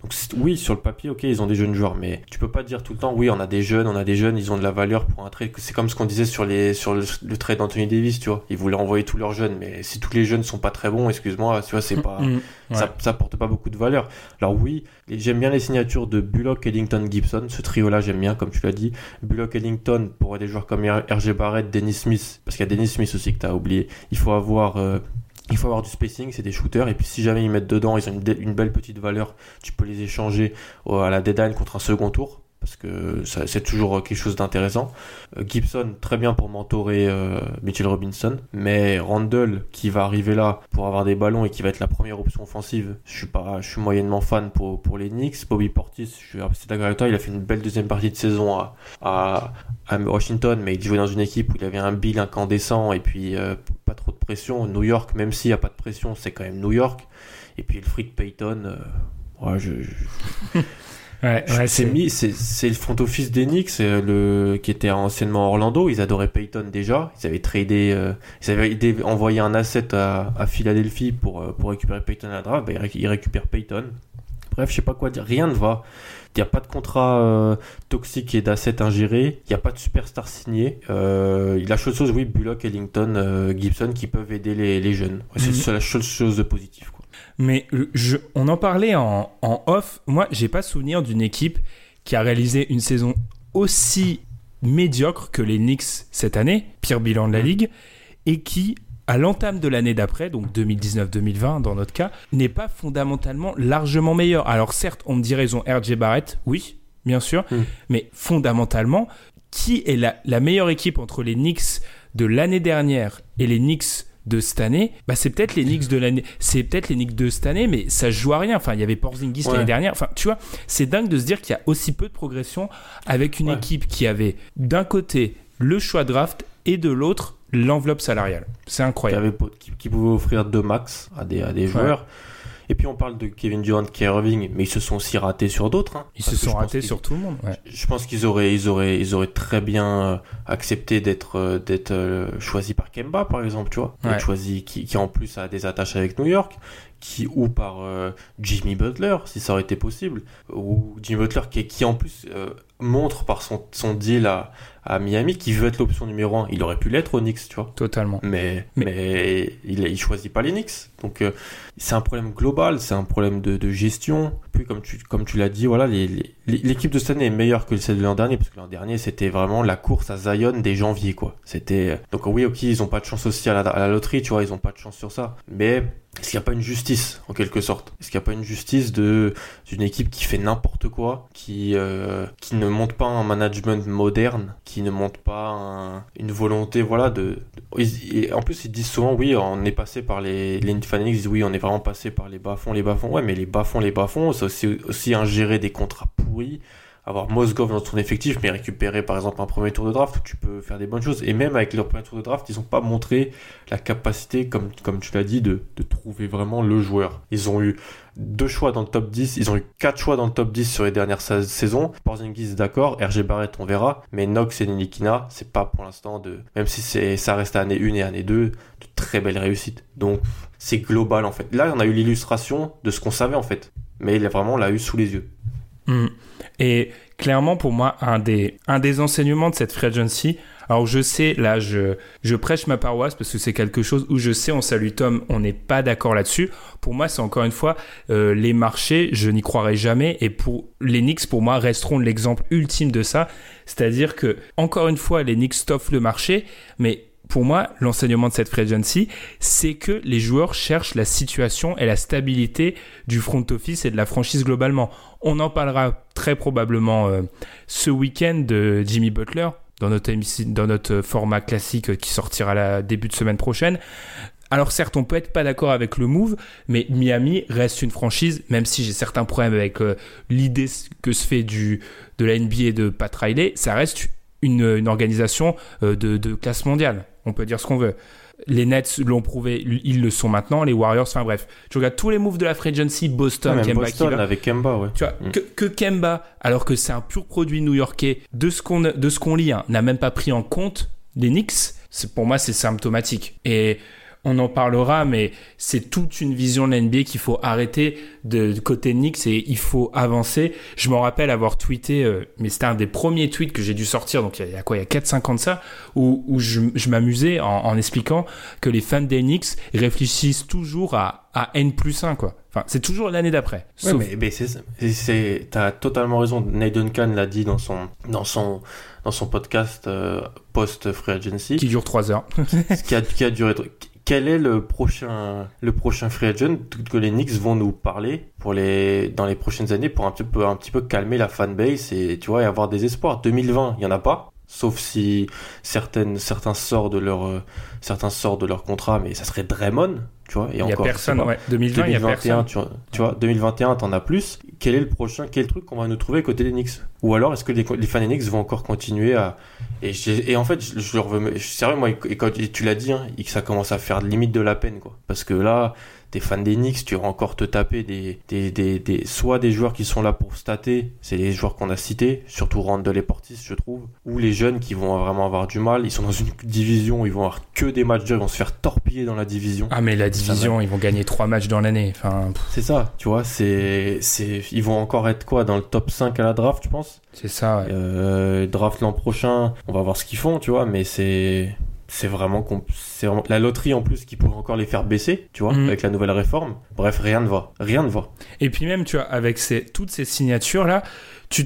Donc oui, sur le papier, ok, ils ont des jeunes joueurs, mais tu peux pas dire tout le temps, oui, on a des jeunes, ils ont de la valeur pour un trade. C'est comme ce qu'on disait sur le trade d'Anthony Davis, tu vois. Ils voulaient envoyer tous leurs jeunes, mais si tous les jeunes sont pas très bons, excuse-moi, tu vois, c'est pas, ça porte pas beaucoup de valeur. Alors oui, j'aime bien les signatures de Bullock, Ellington, Gibson. Ce trio-là, j'aime bien, comme tu l'as dit. Bullock, Ellington, pour des joueurs comme RJ Barrett, Dennis Smith, parce qu'il y a Dennis Smith aussi que t'as oublié. Il faut avoir du spacing, c'est des shooters, et puis si jamais ils mettent dedans, ils ont une belle petite valeur, tu peux les échanger à la deadline contre un second tour, parce que c'est toujours quelque chose d'intéressant. Gibson, très bien pour mentorer Mitchell Robinson, mais Randle, qui va arriver là pour avoir des ballons et qui va être la première option offensive, je suis moyennement fan pour les Knicks. Bobby Portis, je suis assez d'accord avec toi, il a fait une belle deuxième partie de saison à Washington, mais il jouait dans une équipe où il avait un bill incandescent et puis pas trop de pression. New York, même s'il n'y a pas de pression, c'est quand même New York. Et puis le Freak Payton, c'est le front office des Knicks qui était anciennement à Orlando. Ils adoraient Payton déjà. Ils avaient envoyé un asset à Philadelphie pour récupérer Payton à la draft. Ils récupèrent Payton. Bref, je sais pas quoi dire. Rien ne va. Il n'y a pas de contrat toxique et d'assets ingérés. Il n'y a pas de superstar signé. La seule chose, oui, Bullock, Ellington, Gibson qui peuvent aider les jeunes. C'est la seule chose de positif, quoi. Mais on en parlait en off. Moi, j'ai pas souvenir d'une équipe qui a réalisé une saison aussi médiocre que les Knicks cette année, pire bilan de la ligue, et qui, à l'entame de l'année d'après, donc 2019-2020 dans notre cas, n'est pas fondamentalement largement meilleur. Alors certes, on me dirait ils ont RJ Barrett, oui, bien sûr, mais fondamentalement, qui est la meilleure équipe entre les Knicks de l'année dernière et les Knicks de cette année? C'est peut-être les Knicks de cette année, mais ça joue à rien. Enfin, il y avait Porzingis l'année dernière. Enfin, tu vois, c'est dingue de se dire qu'il y a aussi peu de progression avec une équipe qui avait d'un côté le choix de draft et de l'autre l'enveloppe salariale. C'est incroyable. Qui pouvait offrir 2 max à des joueurs. Et puis on parle de Kevin Durant, Kyrie Irving, mais ils se sont aussi ratés sur d'autres. Hein, ils se sont ratés sur tout le monde. Ouais. Je pense qu'ils auraient très bien accepté d'être choisis par Kemba, par exemple, tu vois. D'être choisi qui en plus a des attaches avec New York, ou par Jimmy Butler, si ça aurait été possible, ou Jimmy Butler qui en plus montre par son deal à Miami qu'il veut être l'option numéro 1. Il aurait pu l'être aux Knicks, tu vois. Totalement. Mais il choisit pas les Knicks. Donc c'est un problème global, c'est un problème de gestion. Puis comme tu l'as dit, voilà, l'équipe de cette année est meilleure que celle de l'an dernier, parce que l'an dernier c'était vraiment la course à Zion dès janvier, quoi. Donc oui, ok, ils ont pas de chance aussi à la loterie, tu vois, ils ont pas de chance sur ça. Mais est-ce qu'il n'y a pas une justice, en quelque sorte? Est-ce qu'il n'y a pas une justice d'une équipe qui fait n'importe quoi, qui ne montre pas un management moderne, qui ne montre pas une volonté, voilà, et en plus, ils disent souvent, oui, on est passé par les Fanatics, ils disent, oui, on est vraiment passé par les bas-fonds. Ouais, mais les bas-fonds, c'est aussi ingérer des contrats pourris, avoir Mozgov dans ton effectif, mais récupérer par exemple un premier tour de draft, tu peux faire des bonnes choses. Et même avec leur premier tour de draft, ils n'ont pas montré la capacité, comme tu l'as dit, de trouver vraiment le joueur. Ils ont eu 2 choix dans le top 10, ils ont eu 4 choix dans le top 10 sur les dernières saisons. Porzingis, d'accord, RJ Barrett, on verra, mais Knox et Ntilikina, c'est pas pour l'instant même si ça reste année 1 et année 2, de très belles réussites. Donc c'est global en fait. Là, on a eu l'illustration de ce qu'on savait en fait, mais il a l'a eu sous les yeux. Et clairement, pour moi, un des enseignements de cette free agency, alors je sais, là, je prêche ma paroisse parce que c'est quelque chose où je sais, on salue Tom, on n'est pas d'accord là-dessus. Pour moi, c'est encore une fois, les marchés, je n'y croirai jamais. Et pour les Knicks, pour moi, resteront l'exemple ultime de ça. C'est-à-dire que, encore une fois, les Knicks stoffent le marché, mais pour moi, l'enseignement de cette free agency, c'est que les joueurs cherchent la situation et la stabilité du front office et de la franchise globalement. On en parlera très probablement ce week-end de Jimmy Butler dans notre format classique qui sortira début de semaine prochaine. Alors certes, on peut être pas d'accord avec le move, mais Miami reste une franchise, même si j'ai certains problèmes avec l'idée que se fait de la NBA de Pat Riley, ça reste une organisation de classe mondiale. On peut dire ce qu'on veut. Les Nets l'ont prouvé, ils le sont maintenant. Les Warriors, enfin bref. Tu regardes tous les moves de la free agency, Boston, Kemba, Boston avec Kemba, ouais. Tu vois, que Kemba, alors que c'est un pur produit new-yorkais, de ce qu'on lit, n'a même pas pris en compte les Knicks. Pour moi, c'est symptomatique. Et on en parlera, mais c'est toute une vision de la NBA qu'il faut arrêter de côté Knicks et il faut avancer. Je m'en rappelle avoir tweeté, mais c'était un des premiers tweets que j'ai dû sortir, donc il y a 4-5 ans de ça, où je m'amusais en expliquant que les fans des Knicks réfléchissent toujours à N+1, quoi. Enfin, c'est toujours l'année d'après. Ouais, sauf... mais t'as totalement raison. Nate Duncan l'a dit dans son podcast post-free agency. Qui dure 3 heures. qui a duré... Quel est le prochain free agent que les Knicks vont nous parler dans les prochaines années pour un petit peu calmer la fanbase et, tu vois, et avoir des espoirs. 2020, il y en a pas. Sauf si certains sortent de leur contrat, mais ça serait Draymond, tu vois. Il y a personne, ouais. 2020, il y a personne. Tu vois, 2021, t'en as plus. Quel est le truc qu'on va nous trouver côté des Knicks? Ou alors, est-ce que les fans des Knicks vont encore continuer à... Et en fait, je leur veux... Sérieux, moi, et quand tu l'as dit, hein, et que ça commence à faire limite de la peine, quoi. Parce que là... T'es fan des Knicks, tu vas encore te taper soit des joueurs qui sont là pour stater, c'est les joueurs qu'on a cités, surtout Randle et Portis, je trouve, ou les jeunes qui vont vraiment avoir du mal. Ils sont dans une division où ils vont avoir que des matchs durs, ils vont se faire torpiller dans la division. Ah, mais la division, ils vont gagner 3 matchs dans l'année. Enfin... C'est ça, tu vois, ils vont encore être quoi, dans le top 5 à la draft, je pense. C'est ça, ouais. Draft l'an prochain, on va voir ce qu'ils font, tu vois, mais c'est vraiment la loterie en plus qui pourrait encore les faire baisser, tu vois, avec la nouvelle réforme. Bref, rien ne va. Et puis même, tu vois, avec toutes ces signatures-là, tu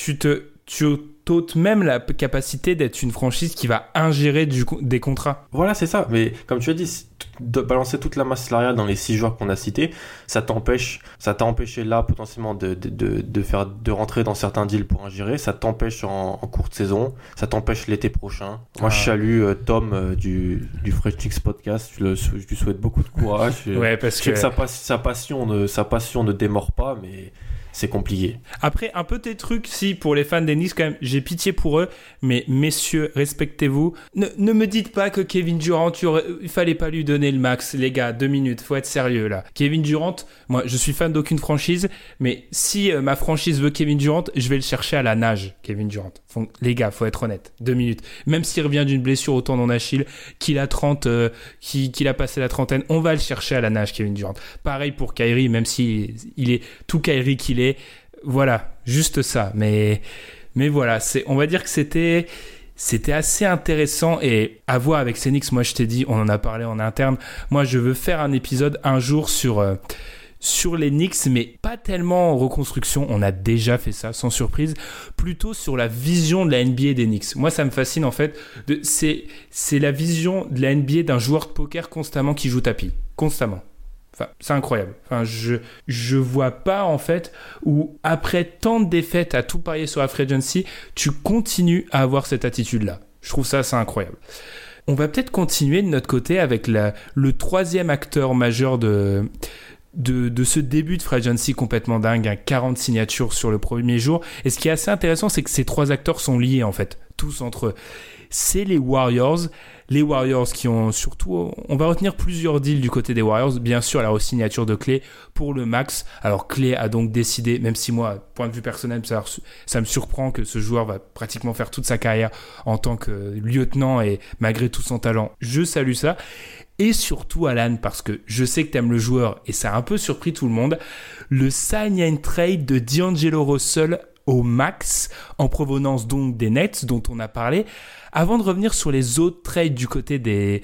t'ôtes même la capacité d'être une franchise qui va ingérer des contrats. Voilà, c'est ça. Mais comme tu as dit, de balancer toute la masse salariale dans les 6 joueurs qu'on a cités, ça t'a empêché là potentiellement de rentrer dans certains deals pour ingérer, ça t'empêche en courte saison, ça t'empêche l'été prochain. Moi, je salue Tom du Fresh Knicks podcast, je lui souhaite beaucoup de courage. Ouais, parce que sa passion ne démord pas, mais c'est compliqué. Après, un peu tes trucs, si pour les fans des Knicks, quand même, j'ai pitié pour eux, mais messieurs, respectez-vous. Ne me dites pas que Kevin Durant, il fallait pas lui donner le max, les gars, 2 minutes, faut être sérieux là. Kevin Durant, moi je suis fan d'aucune franchise, mais si ma franchise veut Kevin Durant, je vais le chercher à la nage, Kevin Durant. Les gars, faut être honnête, 2 minutes. Même s'il revient d'une blessure au tendon d'Achille, qu'il a passé la trentaine, on va le chercher à la nage, Kevin Durant. Pareil pour Kyrie, même si il est tout Kyrie qu'il est. Voilà, juste ça. Mais voilà, on va dire que c'était assez intéressant et à voir avec ces Knicks. Moi, je t'ai dit, on en a parlé en interne. Moi, je veux faire un épisode un jour sur les Knicks, mais pas tellement en reconstruction. On a déjà fait ça, sans surprise. Plutôt sur la vision de la NBA des Knicks. Moi, ça me fascine, en fait. C'est la vision de la NBA d'un joueur de poker constamment qui joue tapis. Constamment. Enfin, c'est incroyable. Enfin, je vois pas, en fait, où après tant de défaites à tout parier sur la free agency, tu continues à avoir cette attitude-là. Je trouve ça assez incroyable. On va peut-être continuer de notre côté avec le troisième acteur majeur de ce début de free agency complètement dingue, 40 signatures sur le premier jour. Et ce qui est assez intéressant, c'est que ces 3 acteurs sont liés, en fait, tous entre eux. C'est les Warriors. Les Warriors qui ont surtout... On va retenir plusieurs deals du côté des Warriors. Bien sûr, la re-signature de Klay pour le max. Alors, Klay a donc décidé, même si moi, point de vue personnel, ça me surprend que ce joueur va pratiquement faire toute sa carrière en tant que lieutenant et malgré tout son talent, je salue ça. Et surtout, Alan, parce que je sais que t'aimes le joueur et ça a un peu surpris tout le monde, le sign and trade de D'Angelo Russell au max, en provenance donc des Nets dont on a parlé. Avant de revenir sur les autres trades du côté des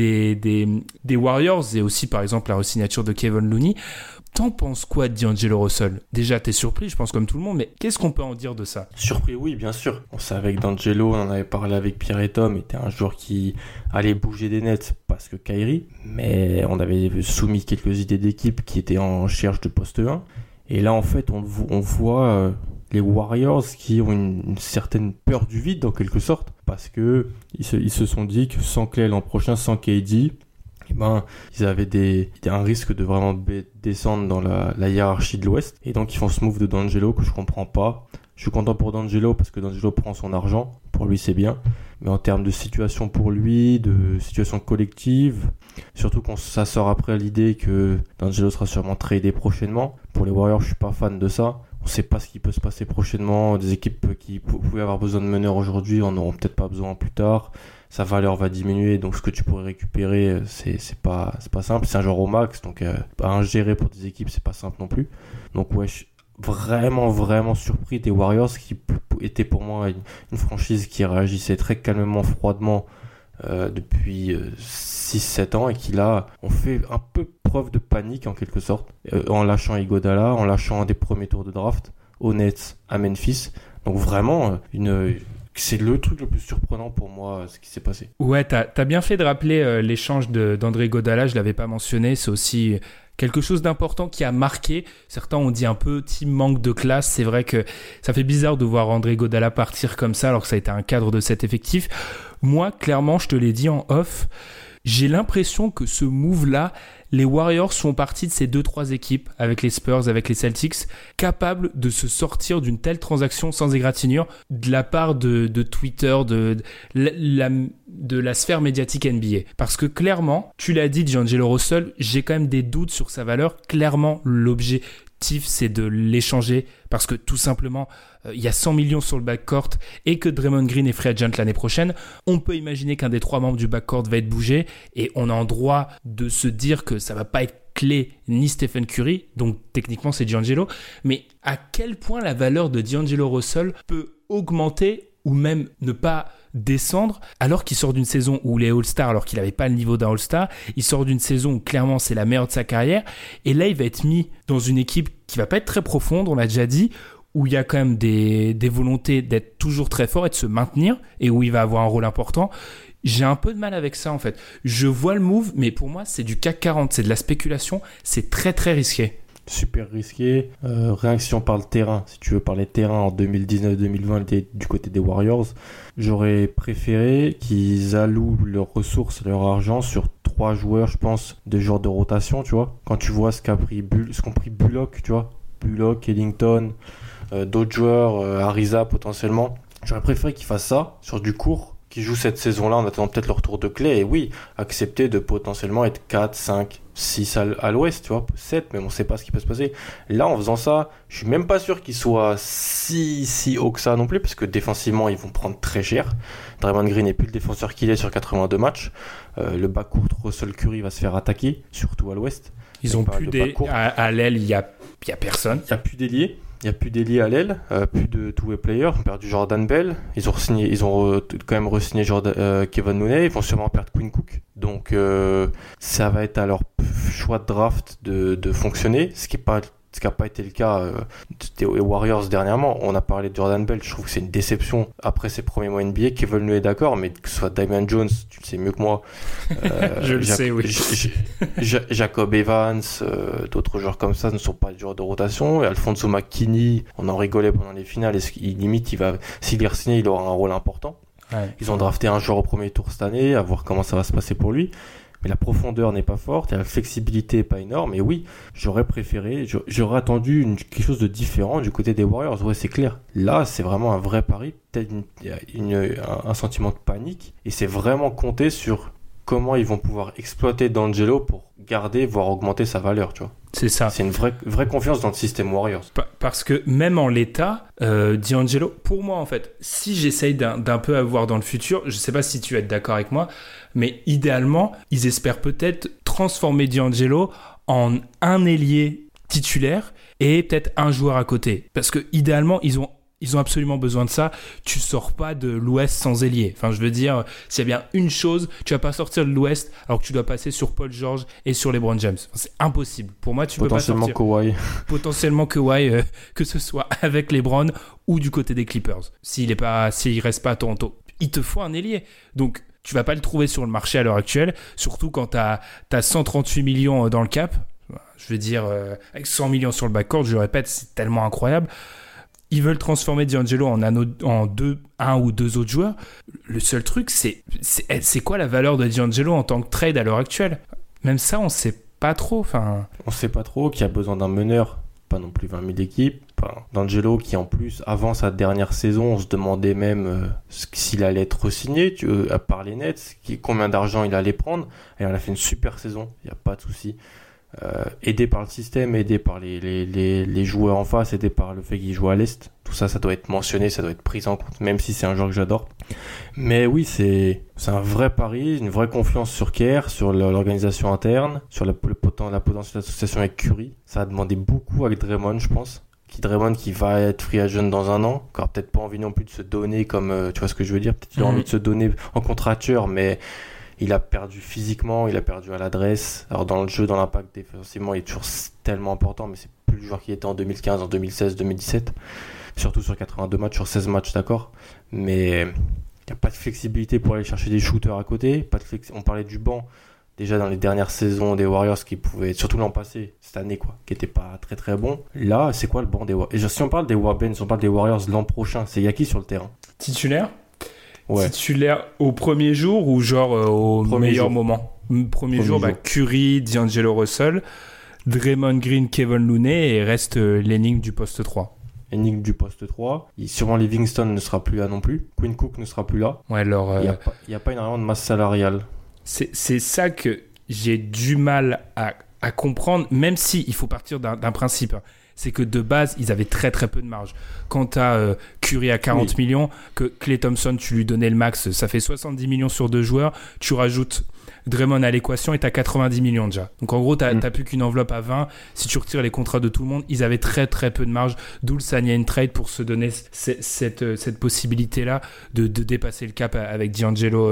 Warriors et aussi par exemple la re-signature de Kevin Looney, t'en penses quoi de D'Angelo Russell? Déjà, t'es surpris, je pense comme tout le monde, mais qu'est-ce qu'on peut en dire de ça? Surpris, oui, bien sûr. On savait que D'Angelo, on en avait parlé avec Pierre et Tom, était un joueur qui allait bouger des Nets parce que Kyrie, mais on avait soumis quelques idées d'équipe qui étaient en recherche de poste 1. Et là, en fait, on voit les Warriors qui ont une certaine peur du vide, en quelque sorte, parce que ils se sont dit que sans Klay l'an prochain, sans KD, ils avaient un risque de vraiment descendre dans la hiérarchie de l'Ouest. Et donc, ils font ce move de D'Angelo que je comprends pas. Je suis content pour D'Angelo parce que D'Angelo prend son argent. Pour lui, c'est bien. Mais en termes de situation pour lui, de situation collective, surtout quand ça sort après l'idée que D'Angelo sera sûrement tradé prochainement. Pour les Warriors, je suis pas fan de ça. On sait pas ce qui peut se passer prochainement. Des équipes qui pouvaient avoir besoin de meneurs aujourd'hui en auront peut-être pas besoin plus tard. sa valeur va diminuer, donc ce que tu pourrais récupérer, c'est pas simple. C'est un joueur au max, donc à ingérer pour des équipes, c'est pas simple non plus. Donc ouais, je suis vraiment surpris des Warriors, qui étaient pour moi une franchise qui réagissait très calmement, froidement depuis 6-7 ans, et qui là ont fait un peu preuve de panique en quelque sorte, en lâchant Iguodala, en lâchant un des premiers tours de draft aux Nets à Memphis. Donc vraiment c'est le truc le plus surprenant pour moi, ce qui s'est passé. Ouais, t'as bien fait de rappeler l'échange d'André Iguodala, je l'avais pas mentionné, c'est aussi quelque chose d'important qui a marqué. Certains ont dit un petit manque de classe. C'est vrai que ça fait bizarre de voir André Iguodala partir comme ça alors que ça a été un cadre de cet effectif. Moi, clairement, je te l'ai dit en off, j'ai l'impression que ce move-là, les Warriors sont partis de ces 2-3 équipes, avec les Spurs, avec les Celtics, capables de se sortir d'une telle transaction sans égratignure de la part de Twitter, de la sphère médiatique NBA. Parce que clairement, tu l'as dit, D'Angelo Russell, j'ai quand même des doutes sur sa valeur. Clairement, l'objectif, c'est de l'échanger parce que tout simplement, il y a 100 millions sur le backcourt et que Draymond Green est free agent l'année prochaine. On peut imaginer qu'un des 3 membres du backcourt va être bougé et on a en droit de se dire que ça va pas être Clay ni Stephen Curry, donc techniquement c'est D'Angelo. Mais à quel point la valeur de D'Angelo Russell peut augmenter ou même ne pas descendre alors qu'il sort d'une saison où il est All-Star alors qu'il n'avait pas le niveau d'un All-Star, il sort d'une saison où clairement c'est la meilleure de sa carrière et là il va être mis dans une équipe qui va pas être très profonde, on l'a déjà dit, où il y a quand même des volontés d'être toujours très fort et de se maintenir et où il va avoir un rôle important. J'ai un peu de mal avec ça en fait. Je vois le move, mais pour moi c'est du CAC 40, c'est de la spéculation, c'est très très risqué. Super risqué. Rien que si on parle terrain, si tu veux parler terrain en 2019-2020 du côté des Warriors, j'aurais préféré qu'ils allouent leurs ressources, leur argent sur 3 joueurs, je pense, de joueurs de rotation, tu vois. Quand tu vois ce qu'ont pris Bullock, tu vois, Bullock, Ellington, d'autres joueurs, Ariza potentiellement, j'aurais préféré qu'ils fassent ça sur du court, qui jouent cette saison-là en attendant peut-être leur tour de clé, et oui, accepter de potentiellement être 4, 5, 6 à l'ouest, tu vois, 7, mais on sait pas ce qui peut se passer. Là, en faisant ça, je suis même pas sûr qu'ils soient si haut que ça non plus, parce que défensivement, ils vont prendre très cher. Draymond Green n'est plus le défenseur qu'il est sur 82 matchs. Le backcourt Russell Curry va se faire attaquer, surtout à l'ouest. Ils ont plus à l'aile, il y a personne. Il y a plus d'ailier. Il n'y a plus d'ailier à l'aile, plus de two-way player. Ils ont perdu Jordan Bell. Ils ont quand même re-signé Kevin Looney. Ils vont sûrement perdre Quinn Cook. Donc, ça va être à leur choix de draft de fonctionner, ce qui n'a pas été le cas des Warriors dernièrement. On a parlé de Jordan Bell, je trouve que c'est une déception après ses premiers mois NBA. Kevin Looney est d'accord, mais que ce soit Damian Jones, tu le sais mieux que moi. Je le sais, oui. Jacob Evans, d'autres joueurs comme ça ne sont pas des joueurs de rotation. Et Alfonso McKinney, on en rigolait pendant les finales, et limite, s'il est re-signé, il aura un rôle important. Ouais. Ils ont drafté un joueur au premier tour cette année, à voir comment ça va se passer pour lui. Mais la profondeur n'est pas forte, et la flexibilité n'est pas énorme. Et oui, j'aurais j'aurais attendu quelque chose de différent du côté des Warriors. Ouais, c'est clair. Là, c'est vraiment un vrai pari. Peut-être il y a un sentiment de panique. Et c'est vraiment compter sur comment ils vont pouvoir exploiter D'Angelo pour garder, voire augmenter sa valeur, tu vois. C'est ça. C'est une vraie confiance dans le système Warriors. Parce que même en l'état, D'Angelo, pour moi en fait, si j'essaye d'un peu avoir dans le futur, je sais pas si tu vas être d'accord avec moi, mais idéalement, ils espèrent peut-être transformer D'Angelo en un ailier titulaire et peut-être un joueur à côté. Parce que idéalement, ils ont absolument besoin de ça. Tu sors pas de l'Ouest sans ailier. Enfin, je veux dire, s'il y a bien une chose, tu vas pas sortir de l'Ouest alors que tu dois passer sur Paul George et sur LeBron James. Enfin, c'est impossible. Pour moi, tu peux pas sortir. Potentiellement Kawhi, que ce soit avec LeBron ou du côté des Clippers. S'il reste pas à Toronto, il te faut un ailier. Donc, tu vas pas le trouver sur le marché à l'heure actuelle, surtout quand t'as 138 millions dans le cap. Je veux dire, avec 100 millions sur le backcourt, je le répète, c'est tellement incroyable. Ils veulent transformer D'Angelo en un ou deux autres joueurs. Le seul truc, c'est quoi la valeur de D'Angelo en tant que trade à l'heure actuelle ? Même ça, on sait pas trop. On sait pas trop qu'il y a besoin d'un meneur, pas non plus 20 000 équipes. D'Angelo qui, en plus, avant sa dernière saison, on se demandait même s'il allait être re-signé par les Nets, combien d'argent il allait prendre. Et on a fait une super saison, il n'y a pas de souci. aidé par le système, aidé par les joueurs en face, aidé par le fait qu'il joue à l'Est. Tout ça, ça doit être mentionné, ça doit être pris en compte, même si c'est un joueur que j'adore. Mais oui, c'est un vrai pari, une vraie confiance sur Kerr, sur l'organisation interne, sur la potentielle association avec Curry. Ça a demandé beaucoup avec Draymond, je pense. Draymond qui va être free agent dans un an, qui aura peut-être pas envie non plus de se donner comme, tu vois ce que je veux dire, peut-être qu'il a envie de se donner en contracteur, mais il a perdu physiquement, il a perdu à l'adresse. Alors dans le jeu, dans l'impact défensivement, il est toujours tellement important, mais c'est plus le joueur qu'il était en 2015, en 2016, 2017, surtout sur 82 matchs, sur 16 matchs, d'accord, mais il n'y a pas de flexibilité pour aller chercher des shooters à côté, on parlait du banc, déjà dans les dernières saisons des Warriors qui pouvaient, surtout l'an passé, cette année quoi, qui était pas très très bon. Là, c'est quoi le banc des Warriors? Et si on parle des Warriors l'an prochain, c'est y a qui sur le terrain? Titulaire? Ouais. Titulaire au premier jour ou genre au meilleur moment? Premier jour, Curry, D'Angelo Russell, Draymond Green, Kevin Looney et reste l'énigme du poste 3. Énigme du poste 3. Sûrement Livingston ne sera plus là non plus. Quinn Cook ne sera plus là. Ouais, alors, il n'y a pas énormément de masse salariale. C'est ça que j'ai du mal à comprendre, même si il faut partir d'un principe. C'est que de base, ils avaient très très peu de marge. Quand tu as Curry à 40 millions, que Klay Thompson, tu lui donnais le max, ça fait 70 millions sur 2 joueurs, tu rajoutes Draymond à l'équation et tu as 90 millions déjà. Donc en gros, tu n'as plus qu'une enveloppe à 20. Si tu retires les contrats de tout le monde, ils avaient très très peu de marge, d'où le sign and trade pour se donner cette possibilité-là de dépasser le cap avec D'Angelo,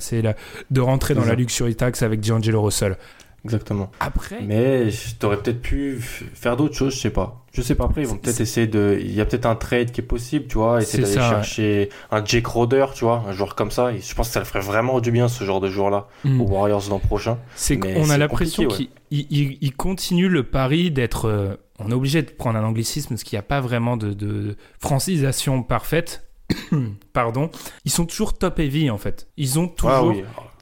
de rentrer dans la luxury tax avec D'Angelo Russell. Exactement. Après, mais t'aurais peut-être pu faire d'autres choses, je sais pas. Après, ils vont peut-être essayer il y a peut-être un trade qui est possible, tu vois, essayer d'aller chercher un Jake Roder, tu vois, un joueur comme ça. Et je pense que ça le ferait vraiment du bien, ce genre de joueur-là, aux Warriors l'an prochain. C'est qu'on a l'impression qu'il continue le pari d'être... on est obligé de prendre un anglicisme, parce qu'il n'y a pas vraiment de francisation parfaite. Pardon. Ils sont toujours top heavy, en fait. Ils ont toujours...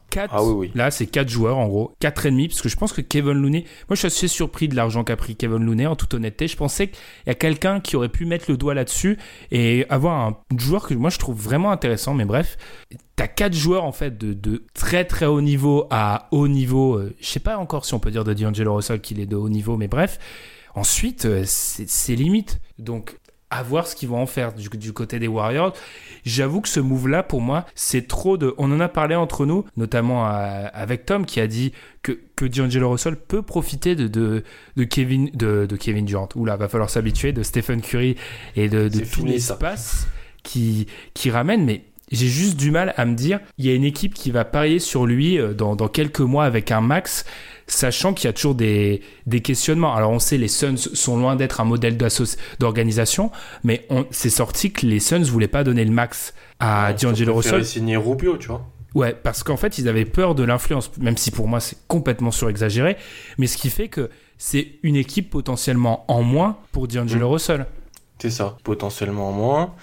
4, là c'est 4 joueurs en gros, 4,5, parce que je pense que Kevin Looney, moi je suis assez surpris de l'argent qu'a pris Kevin Looney en toute honnêteté. Je pensais qu'il y a quelqu'un qui aurait pu mettre le doigt là-dessus et avoir un joueur que moi je trouve vraiment intéressant, mais bref, t'as 4 joueurs en fait de très très haut niveau à haut niveau, je sais pas encore si on peut dire de D'Angelo Russell qu'il est de haut niveau, mais bref, ensuite c'est limite, donc à voir ce qu'ils vont en faire du côté des Warriors. J'avoue que ce move-là, pour moi, c'est trop de... On en a parlé entre nous, notamment avec Tom, qui a dit que D'Angelo Russell peut profiter de Kevin Durant. Oula, va falloir s'habituer, de Stephen Curry et de tout l'espace qui ramène, mais... J'ai juste du mal à me dire, il y a une équipe qui va parier sur lui dans quelques mois avec un max, sachant qu'il y a toujours des questionnements. Alors on sait, les Suns sont loin d'être un modèle d'organisation, mais c'est sorti que les Suns voulaient pas donner le max à D'Angelo Russell. Ils préféraient signer Rubio, tu vois. Ouais, parce qu'en fait, ils avaient peur de l'influence, même si pour moi, c'est complètement surexagéré, mais ce qui fait que c'est une équipe potentiellement en moins pour D'Angelo Russell. C'est ça, potentiellement en moins.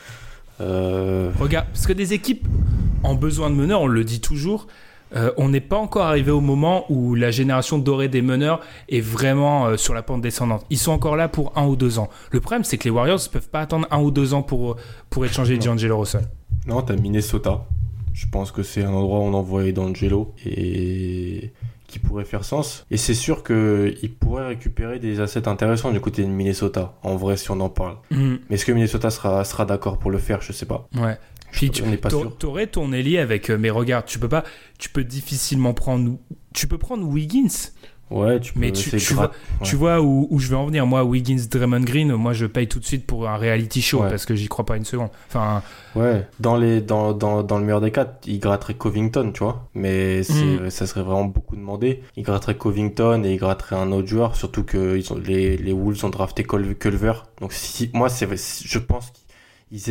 Regarde, parce que des équipes en besoin de meneurs, on le dit toujours, on n'est pas encore arrivé au moment où la génération dorée des meneurs est vraiment sur la pente descendante. Ils sont encore là pour 1 ou 2 ans. Le problème, c'est que les Warriors ne peuvent pas attendre 1 ou 2 ans pour échanger D'Angelo Russell. Non, t'as Minnesota. Je pense que c'est un endroit où on envoie D'Angelo et qui pourrait faire sens. Et c'est sûr qu'il pourrait récupérer des assets intéressants du côté de Minnesota, en vrai, si on en parle. Mais est-ce que Minnesota sera d'accord pour le faire? Je sais pas. Ouais. Puis tu aurais ton ailier avec... mais regarde, tu peux difficilement prendre... Tu peux prendre Wiggins. Ouais, tu peux. Mais tu vois où je vais en venir. Moi, Wiggins, Draymond Green, moi je paye tout de suite pour un reality show parce que j'y crois pas une seconde. Enfin. Ouais. Dans le meilleur des cas, il gratterait Covington, tu vois. Mais ça serait vraiment beaucoup demandé. Il gratterait Covington et il gratterait un autre joueur. Surtout que les Wolves ont drafté Culver. Donc je pense c'est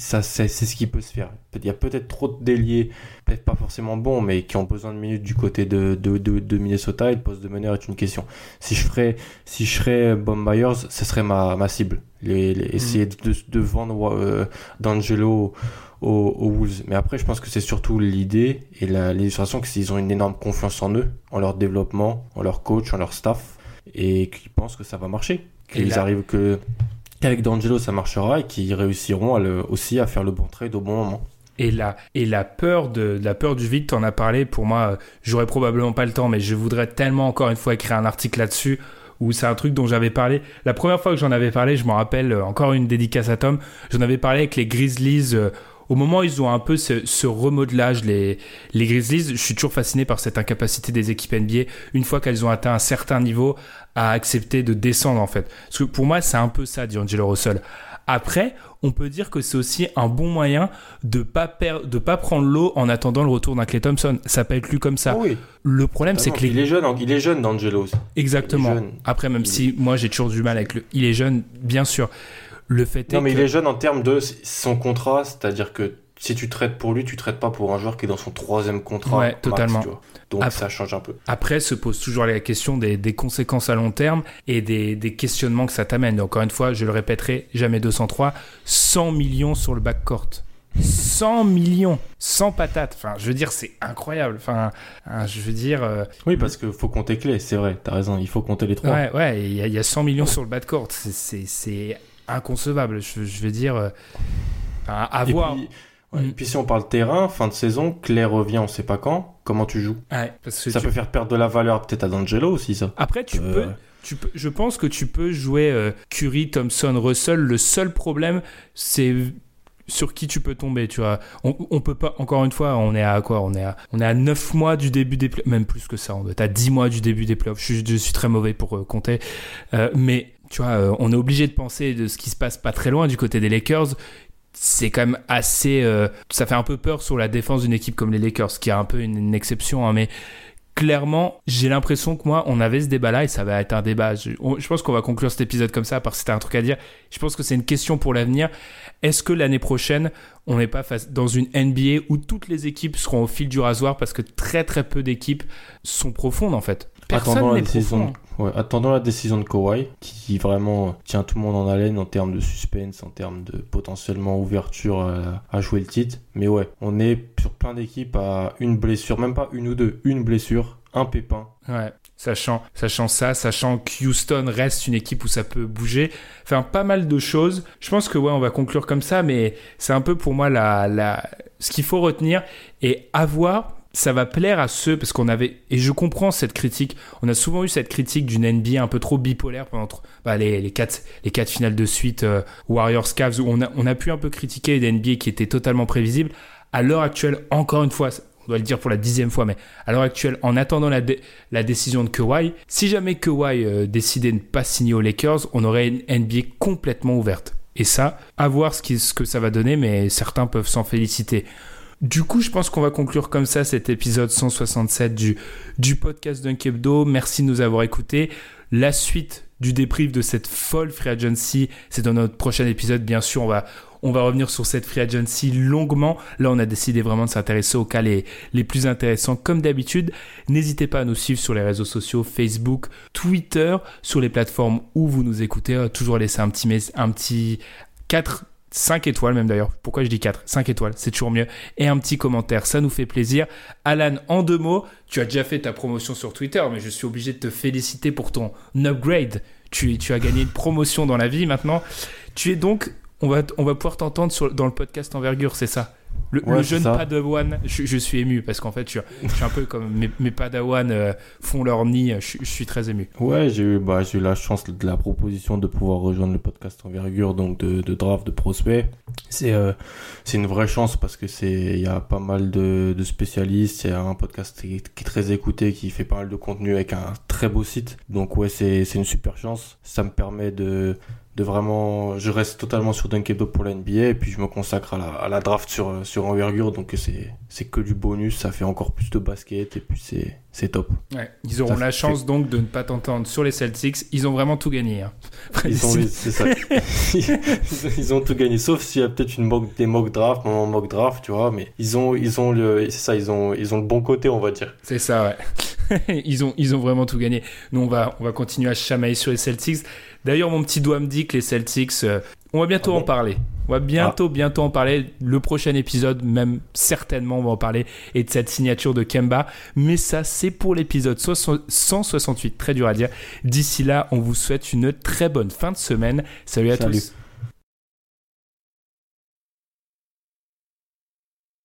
ce qui peut se faire. Il y a peut-être trop d'ailiers, peut-être pas forcément bons, mais qui ont besoin de minutes du côté de Minnesota, et le poste de meneur est une question. Si je serais Bob Myers, ce serait ma cible. Essayer de vendre D'Angelo aux Wolves. Mais après, je pense que c'est surtout l'idée et l'illustration qu'ils ont une énorme confiance en eux, en leur développement, en leur coach, en leur staff, et qu'ils pensent que ça va marcher. Qu'avec D'Angelo ça marchera et qu'ils réussiront aussi à faire le bon trade au bon moment. Et la peur du vide, t'en as parlé. Pour moi, j'aurais probablement pas le temps, mais je voudrais tellement encore une fois écrire un article là-dessus, où c'est un truc dont j'avais parlé. La première fois que j'en avais parlé, je me rappelle, encore une dédicace à Tom, j'en avais parlé avec les Grizzlies, au moment où ils ont un peu ce remodelage, les Grizzlies. Je suis toujours fasciné par cette incapacité des équipes NBA, une fois qu'elles ont atteint un certain niveau, à accepter de descendre, en fait. Parce que pour moi, c'est un peu ça, D'Angelo Russell. Après, on peut dire que c'est aussi un bon moyen de pas prendre l'eau en attendant le retour d'un Klay Thompson. Ça peut être lu comme ça. Oui. Le problème, c'est que il est jeune, D'Angelo. Exactement. Après, même si moi, j'ai toujours du mal avec il est jeune, bien sûr. Le fait mais il est jeune en termes de son contrat, c'est-à-dire que si tu traites pour lui, tu traites pas pour un joueur qui est dans son 3e contrat. Ouais, totalement. Tu vois. Donc ça change un peu. Après, se pose toujours la question des conséquences à long terme et des questionnements que ça t'amène. Encore une fois, je le répéterai, jamais 203, 100 millions sur le backcourt. 100 millions, sans patate. Enfin, je veux dire, c'est incroyable. Enfin, je veux dire... Oui, parce qu'il faut compter Klay, c'est vrai, t'as raison, il faut compter les 3. Ouais, il y a 100 millions sur le backcourt. C'est inconcevable, je veux dire... à voir... Et puis si on parle terrain, fin de saison, Klay revient, on sait pas quand. Comment tu joues? Parce que ça peut faire perdre de la valeur peut-être à D'Angelo aussi, ça. Après, tu peux, je pense que tu peux jouer Curry, Thompson, Russell. Le seul problème, c'est sur qui tu peux tomber, tu vois. On peut pas, encore une fois, on est à quoi? On est à 9 mois du début des playoffs, même plus que ça. On doit être à 10 mois du début des playoffs. Je suis très mauvais pour compter. Mais, tu vois, on est obligé de penser de ce qui se passe pas très loin du côté des Lakers. C'est quand même assez... ça fait un peu peur sur la défense d'une équipe comme les Lakers, qui a un peu une exception, hein, mais clairement, j'ai l'impression que moi, on avait ce débat-là et ça va être un débat. Je pense qu'on va conclure cet épisode comme ça, parce que c'était un truc à dire. Je pense que c'est une question pour l'avenir. Est-ce que l'année prochaine, on n'est pas dans une NBA où toutes les équipes seront au fil du rasoir, parce que très très peu d'équipes sont profondes en fait. Personne n'est profond. Attendons la décision de Kawhi, qui vraiment tient tout le monde en haleine en termes de suspense, en termes de potentiellement ouverture à jouer le titre. Mais ouais, on est sur plein d'équipes à une blessure, même pas une ou deux, une blessure, un pépin. Ouais, sachant que Houston reste une équipe où ça peut bouger. Enfin, pas mal de choses. Je pense que ouais, on va conclure comme ça, mais c'est un peu pour moi ce qu'il faut retenir et avoir. Ça va plaire à ceux, parce qu'on avait, et je comprends cette critique, on a souvent eu cette critique d'une NBA un peu trop bipolaire pendant les quatre finales de suite Warriors-Cavs, où on a pu un peu critiquer des NBA qui étaient totalement prévisibles. À l'heure actuelle, encore une fois, on doit le dire pour la 10e fois, mais à l'heure actuelle, en attendant la décision de Kawhi, si jamais Kawhi décidait de ne pas signer aux Lakers, on aurait une NBA complètement ouverte. Et ça, à voir ce que ça va donner, mais certains peuvent s'en féliciter. Du coup, je pense qu'on va conclure comme ça cet épisode 167 du podcast Dunk Hebdo. Merci de nous avoir écoutés. La suite du débrief de cette folle free agency, c'est dans notre prochain épisode. Bien sûr, on va revenir sur cette free agency longuement. Là, on a décidé vraiment de s'intéresser aux cas les plus intéressants comme d'habitude. N'hésitez pas à nous suivre sur les réseaux sociaux, Facebook, Twitter, sur les plateformes où vous nous écoutez. Toujours laisser un petit 5 étoiles même d'ailleurs. Pourquoi je dis 4? 5 étoiles, c'est toujours mieux. Et un petit commentaire, ça nous fait plaisir. Alan, en 2 mots, tu as déjà fait ta promotion sur Twitter, mais je suis obligé de te féliciter pour ton upgrade. Tu as gagné une promotion dans la vie maintenant. Tu es donc... On va pouvoir t'entendre dans le podcast Envergure, c'est ça? Le jeune Padawan, je suis ému parce qu'en fait, je suis un peu comme mes Padawan font leur nid, je suis très ému. Ouais, j'ai eu la chance de la proposition de pouvoir rejoindre le podcast Envergure, donc de draft, de prospect. C'est une vraie chance parce que il y a pas mal de spécialistes, il y a un podcast qui est très écouté, qui fait pas mal de contenu avec un très beau site. Donc ouais, c'est une super chance. Ça me permet de vraiment, je reste totalement sur Dunk Hebdo pour la NBA et puis je me consacre à la draft sur Envergure, donc c'est que du bonus, ça fait encore plus de basket et puis c'est top. Ouais, ils auront la chance donc de ne pas t'entendre sur les Celtics, ils ont vraiment tout gagné. Hein. C'est ça. Ils ont tout gagné, sauf s'il y a peut-être des mock draft, tu vois, mais ils ont le bon côté, on va dire. C'est ça, ouais. ils ont vraiment tout gagné. Nous on va continuer à chamailler sur les Celtics. D'ailleurs, mon petit doigt me dit que les Celtics, on va bientôt en parler. On va bientôt en parler. Le prochain épisode, même certainement, on va en parler. Et de cette signature de Kemba. Mais ça, c'est pour l'épisode 168. Très dur à dire. D'ici là, on vous souhaite une très bonne fin de semaine. Salut à tous.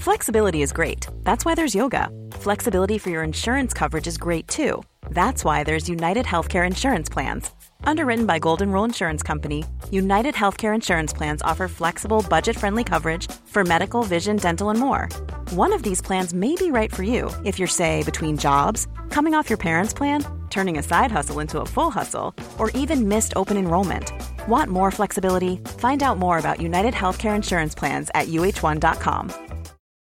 Flexibility is great. That's why there's yoga. Flexibility for your insurance coverage is great too. That's why there's United Healthcare Insurance Plans. Underwritten by Golden Rule Insurance Company, United Healthcare Insurance Plans offer flexible, budget-friendly coverage for medical, vision, dental, and more. One of these plans may be right for you if you're, say, between jobs, coming off your parents' plan, turning a side hustle into a full hustle, or even missed open enrollment. Want more flexibility? Find out more about United Healthcare Insurance Plans at uh1.com.